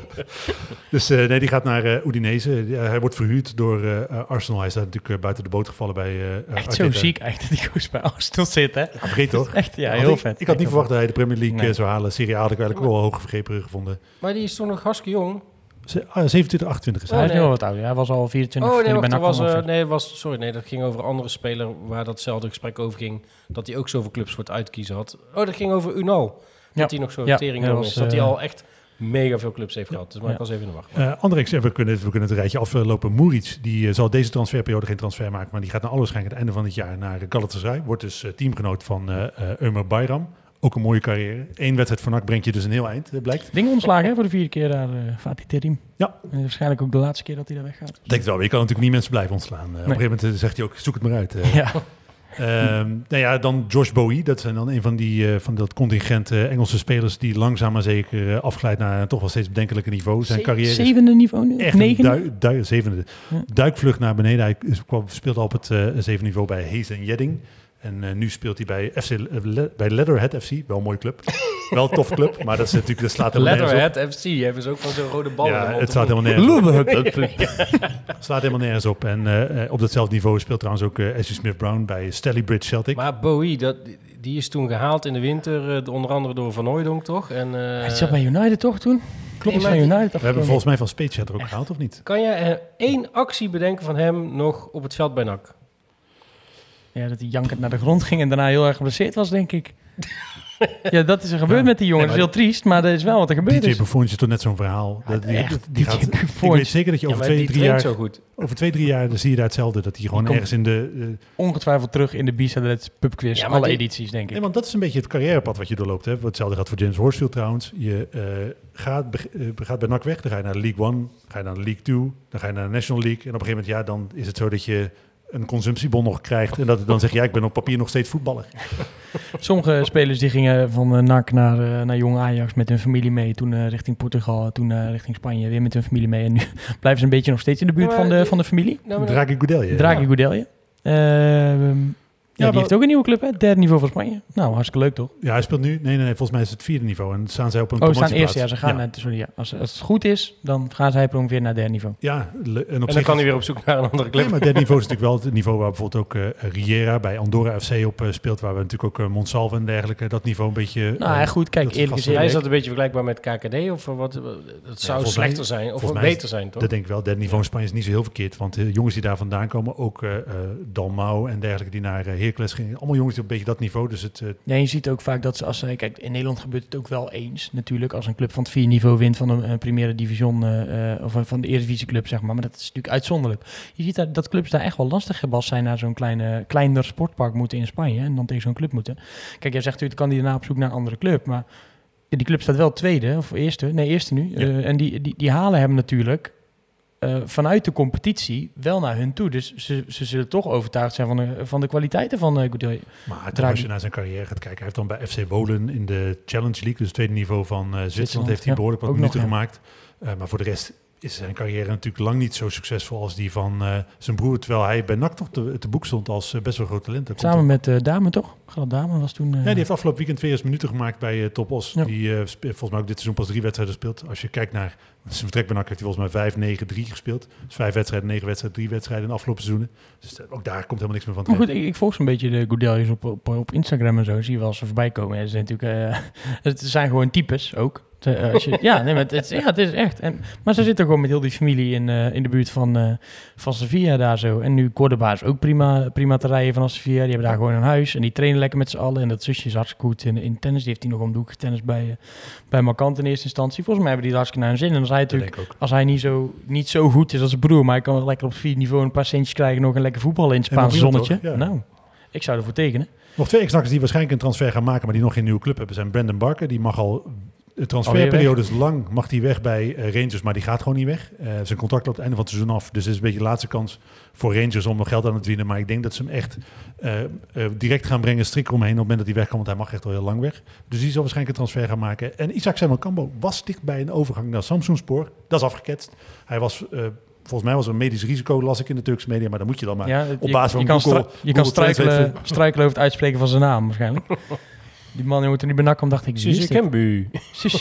Dus uh, nee, die gaat naar uh, Udinese. Uh, hij wordt verhuurd door uh, Arsenal. Hij is daar natuurlijk uh, buiten de boot gevallen bij uh, Echt zo Arteta. ziek eigenlijk dat die koers bij Arsenal zit, hè? Vergeet toch? Echt, ja, Want heel ik, vet. Ik had niet Echt verwacht dat hij de Premier League Nee. uh, zou halen. Serie A had ik eigenlijk wel hoge vergrepen gevonden. Maar die is toch nog hartstikke jong? Ze- ah, zevenentwintig, achtentwintig is Hij hij. is nee. nu al wat ouder. Hij was al vierentwintig Oh nee, toen hij wacht, bij er NAC was, kwam, uh, nee, was, sorry, nee, dat ging over een andere speler waar datzelfde gesprek over ging. Dat hij ook zoveel clubs voor het uitkiezen had. Oh, dat ging over Unal. Ja. Dat hij nog zo Ja, tering dat jong was, is. Dat hij uh, al echt mega veel clubs heeft gehad. Dus maar Ja. ik was even in de wacht. Uh, andere ex- we kunnen, we kunnen het rijtje aflopen. Muric, die uh, zal deze transferperiode geen transfer maken, maar die gaat naar alle waarschijnlijkheid het einde van het jaar naar Galatasaray. Wordt dus uh, teamgenoot van uh, uh, Ömer Bayram. ook een mooie carrière. Eén wedstrijd voor N A C brengt je dus een heel eind, uh, blijkt. Dingen ontslagen hè, voor de vierde keer daar, uh, Fatih Terim. Ja. En waarschijnlijk ook de laatste keer dat hij daar weggaat. Ik denk het wel, maar je kan natuurlijk niet mensen blijven ontslaan. Uh, nee. Op een gegeven moment uh, zegt hij ook, zoek het maar uit. Uh. Ja. Um, nou ja, dan Josh Bowie. Dat zijn dan een van, die, uh, van dat contingent uh, Engelse spelers die langzaam maar zeker uh, afglijdt naar uh, toch wel steeds bedenkelijke niveau. Zijn carrière zevende niveau nu? echt negende? een du- du- zevende. Ja. Duikvlucht naar beneden. Hij kwam, speelde op het uh, zevende niveau bij Hayes en Jedding. En uh, nu speelt hij bij, F C, uh, Le- bij Leatherhead F C. Wel een mooie club. Wel een tof club, maar dat, is natuurlijk, dat slaat helemaal nergens op. Leatherhead F C, hebben ze ook van zo'n rode bal. Ja, het slaat helemaal nergens op. slaat helemaal nergens op. En uh, op datzelfde niveau speelt trouwens ook uh, Ashley Smith-Brown bij Stalybridge Celtic. Maar Bowie, dat, die is toen gehaald in de winter, uh, onder andere door Van Hooijdonk, toch? En, uh, Hij zat bij United toch toen? Klopt, nee, van die, United. We hebben volgens mij van Spacechat er ook gehaald, of niet? Kan je uh, één actie bedenken van hem nog op het veld bij N A C? Ja, dat hij jankend naar de grond ging en daarna heel erg geblesseerd was, denk ik. Ja, dat is er gebeurd ja. met die jongen. Nee, dat is heel triest, maar dat is wel wat er gebeurd D J is. Buffon is toch net zo'n verhaal. Ja, dat, die, echt, die gaat, ik weet zeker dat je over ja, twee, drie jaar... Zo goed. Over twee, drie jaar dan zie je daar hetzelfde. Dat hij gewoon die ergens in de... Uh, ongetwijfeld terug in de B-Sadets pubquiz. Ja, alle die, edities, denk ik. Nee, want dat is een beetje het carrièrepad wat je doorloopt. Hè. Hetzelfde gaat voor James Horsfield trouwens. Je uh, gaat, uh, gaat bij N A C weg. Dan ga je naar de League One. Ga je naar de League Two. Dan ga je naar de National League. En op een gegeven moment, ja, dan is het zo dat je... een consumptiebon nog krijgt en dat dan zeg je, ja, ik ben op papier nog steeds voetballer. Sommige spelers die gingen van uh, N A C naar, uh, naar Jong Ajax met hun familie mee, toen uh, richting Portugal, toen uh, richting Spanje, weer met hun familie mee. En nu blijven ze een beetje nog steeds in de buurt ja, van, de, die, van de familie. Nou, Draghi Goudelje. Draghi ja. Goudelje. Uh, um, Ja, ja, die heeft ook een nieuwe club, hè? Derde niveau van Spanje. Nou, hartstikke leuk, toch? Ja, hij speelt nu... Nee, nee, nee, volgens mij is het vierde niveau. En staan zij op een oh, promotieplaats. Oh, staan eerste, ja. Ze gaan ja. Naar, sorry, ja. Als, als het goed is, dan gaan zij promoveren naar derde niveau. Ja. En, op en dan kan hij weer op zoek naar een andere club. Nee, maar derde niveau is natuurlijk wel het niveau waar bijvoorbeeld ook uh, Riera bij Andorra F C op uh, speelt. Waar we natuurlijk ook uh, Monsalve en dergelijke. Dat niveau een beetje... Nou ja, goed. Kijk, eerlijk gezegd... Hij is dat een beetje vergelijkbaar met K K D? Of wat? Het zou ja, slechter mij, zijn. Of beter zijn, toch? Dat denk ik wel. Derde niveau in Spanje is niet zo heel verkeerd. Want de jongens die daar vandaan komen, ook uh, uh, Dalmau en dergelijke die naar uh, Heracles gingen. Allemaal jongens die op een beetje dat niveau. Dus het, uh... ja, je ziet ook vaak dat ze, als ze, kijk, in Nederland gebeurt het ook wel eens natuurlijk, als een club van het vierde niveau wint van een, een Primera Division uh, of van de Eredivisieclub, zeg maar. Maar dat is natuurlijk uitzonderlijk. Je ziet dat, dat clubs daar echt wel lastig hebben als zij naar zo'n kleine, kleiner sportpark moeten in Spanje en dan tegen zo'n club moeten. Kijk, jij zegt natuurlijk, kan die daarna op zoek naar een andere club, maar die club staat wel tweede of eerste, nee eerste nu. Ja. Uh, en die, die, die halen hem natuurlijk Uh, vanuit de competitie wel naar hun toe. Dus ze, ze zullen toch overtuigd zijn van de, van de kwaliteiten van uh, Goudelje. Maar toch, als je naar zijn carrière gaat kijken... hij heeft dan bij F C Wolen in de Challenge League... dus het tweede niveau van uh, Zwitserland... Zwitserland heeft hij ja, behoorlijk wat minuten nog, gemaakt. Uh, maar voor de rest is zijn carrière natuurlijk lang niet zo succesvol... als die van uh, zijn broer. Terwijl hij bij N A C toch te, te boek stond als uh, best wel groot talent. Dat Samen met uh, Dame, toch? Gerald Dame was toen... Uh... Ja, die heeft afgelopen weekend weer eens minuten gemaakt bij uh, Top Os. Ja. Die uh, spe- volgens mij ook dit seizoen pas drie wedstrijden speelt. Als je kijkt naar zijn vertrek bij N A C heeft hij volgens mij vijf, negen, drie gespeeld. Dus vijf wedstrijden, negen wedstrijden, drie wedstrijden in de afgelopen seizoenen. Dus uh, ook daar komt helemaal niks meer van terecht. Maar goed, ik, ik volg zo'n beetje de Goudeljes op, op, op Instagram en zo. Zie je wel ze voorbij komen. Ja, het, zijn natuurlijk, uh, het zijn gewoon types ook. Uh, als je, ja, nee, maar het, het, ja, het is echt. En, maar ze zitten gewoon met heel die familie in, uh, in de buurt van, uh, van Sevilla daar zo. En nu Cordoba is ook prima, prima te rijden vanaf Sevilla. Die hebben daar gewoon een huis en die trainen lekker met z'n allen. En dat zusje is hartstikke goed in, in tennis. Die heeft hij nog om de hoek tennis bij, uh, bij Markant in eerste instantie. Volgens mij hebben die hartstikke naar hun zin. En als hij natuurlijk, als hij niet zo, niet zo goed is als zijn broer, maar hij kan wel lekker op het vierde niveau een paar centjes krijgen, nog een lekker voetballen in het Spaanse zonnetje. Ja. Nou, ik zou ervoor tekenen. Nog twee ex-nakkers die waarschijnlijk een transfer gaan maken, maar die nog geen nieuwe club hebben, zijn Brandon Barker. Die mag al... De transferperiode is lang, mag hij weg bij uh, Rangers, maar die gaat gewoon niet weg. Uh, zijn contract loopt het einde van het seizoen af. Dus het is een beetje de laatste kans voor Rangers om nog geld aan het winnen. Maar ik denk dat ze hem echt uh, uh, direct gaan brengen, strik omheen op het moment dat hij wegkomt. Want hij mag echt al heel lang weg. Dus die zal waarschijnlijk een transfer gaan maken. En Isaac Semelkambo was dicht bij een overgang naar Samsungspoor. Dat is afgeketst. Hij was... Uh, Volgens mij was er een medisch risico, las ik in de Turkse media. Maar dan moet je dan maar ja, op basis van je kan Google... Stra- je kan struikelen, struikelen over het uitspreken van zijn naam waarschijnlijk. Die man die moet er niet benakken, dacht ik... Suzuki.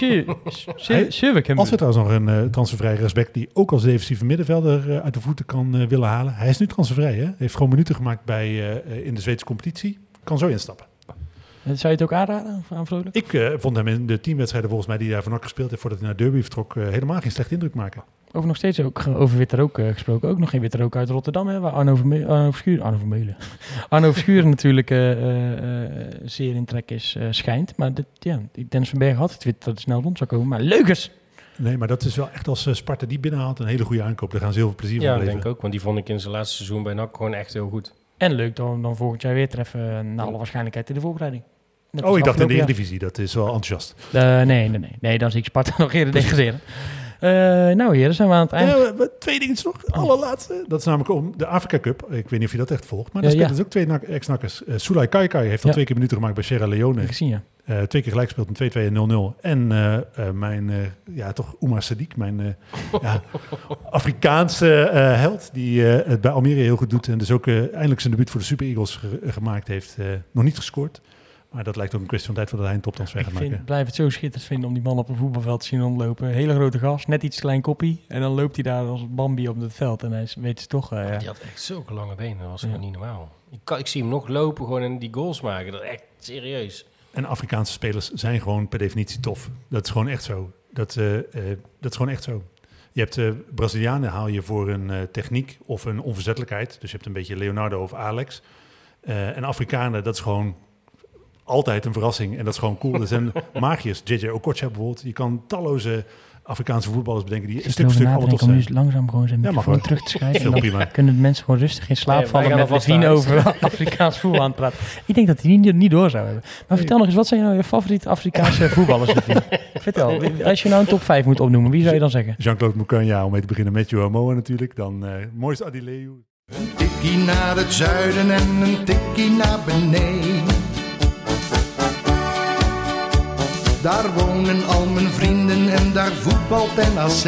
Als we trouwens nog een uh, transfervrij respect... die ook als defensieve middenvelder uh, uit de voeten kan uh, willen halen. Hij is nu transfervrij, hè? Heeft gewoon minuten gemaakt bij, uh, in de Zweedse competitie. Kan zo instappen. Zou je het ook aanraden aan Vrolijk? Ik uh, vond hem in de teamwedstrijden volgens mij die daar van N A C gespeeld heeft... voordat hij naar Derby vertrok, uh, helemaal geen slechte indruk maken. Over nog steeds ook over witte rook uh, gesproken. Ook nog geen witte rook uit Rotterdam, hè, waar Arno Vermeulen... Arno Verschuren... Arno Vermeulen. Arno Verschuren natuurlijk uh, uh, uh, zeer in trek is, uh, schijnt. Maar dit, ja, Dennis van Bergen had getwitterd dat het snel rond zou komen. Maar leukers! Nee, maar dat is wel echt als uh, Sparta die binnenhaalt een hele goede aankoop. Daar gaan ze heel veel plezier ja, van beleven. Ja, denk ik ook. Want die vond ik in zijn laatste seizoen bij N A C gewoon echt heel goed. En leuk dan, dan volgend jaar weer treffen, naar alle waarschijnlijkheid in de voorbereiding. Net Oh, als ik dacht in de afgelopen Eredivisie. Dat is wel enthousiast. jaar. Uh, nee, nee, nee. Nee, dan zie ik Sparta nog eerder degraderen. Uh, nou heren, zijn we aan het eind. Uh, twee dingetjes nog. Allerlaatste. Dat is namelijk om de Afrika Cup. Ik weet niet of je dat echt volgt. Maar daar Uh, spelen ja. dus ook twee nak- ex-nakkers. Uh, Soulay Kaikai heeft al Ja. twee keer minuten gemaakt bij Sierra Leone. Ik zie je. Uh, twee keer gelijk gespeeld, een twee-twee en nul-nul. En uh, uh, mijn, uh, ja toch, Oumar Sadiq, mijn uh, ja, Afrikaanse uh, held, die uh, het bij Almere heel goed doet en dus ook uh, eindelijk zijn debuut voor de Super Eagles ge- gemaakt heeft. Uh, nog niet gescoord, maar dat lijkt ook een kwestie van tijd voordat hij een toptransfer Ik gaat vind, maken. blijf het zo schitterend vinden om die man op een voetbalveld te zien rondlopen. Hele grote gast, net iets klein koppie. En dan loopt hij daar als Bambi op het veld. En hij is, weet je toch... Uh, ja. Die had echt zulke lange benen, dat was Ja. gewoon niet normaal. Ik, kan, ik zie hem nog lopen gewoon en die goals maken. Dat is echt serieus. En Afrikaanse spelers zijn gewoon per definitie tof. Dat is gewoon echt zo. Dat, uh, uh, dat is gewoon echt zo. Je hebt uh, Brazilianen haal je voor een uh, techniek of een onverzettelijkheid. Dus je hebt een beetje Leonardo of Alex. Uh, en Afrikanen, dat is gewoon altijd een verrassing. En dat is gewoon cool. Dat zijn magiërs. J J Okocha bijvoorbeeld. Je kan talloze Afrikaanse voetballers bedenken die een stuk voor stuk allemaal tof om nu zijn. langzaam gewoon zijn Ja, mag microfoon wel. terug te schuiven. Heel En dan prima. kunnen de mensen gewoon rustig in slaap Nee, wij vallen gaan met alvast Levine naar over Afrikaans voetbal aan het praten. Ik denk dat hij niet, niet door zou hebben. Maar vertel nog eens, wat zijn nou je favoriete Afrikaanse voetballers? Levine? Vertel, als je nou een top vijf moet opnoemen, wie zou je dan zeggen? Jean-Claude Moukanya, om mee te beginnen met Joao Moa natuurlijk. Dan uh, Moïse Adileu. Een tikkie naar het zuiden en een tikkie naar beneden. Daar wonen al mijn vrienden en daar voetbalt N A C.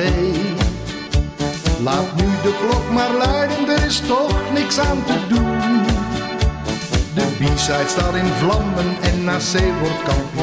Laat nu de klok maar luiden, er is toch niks aan te doen. De B-side staat in vlammen en N A C wordt kampioen.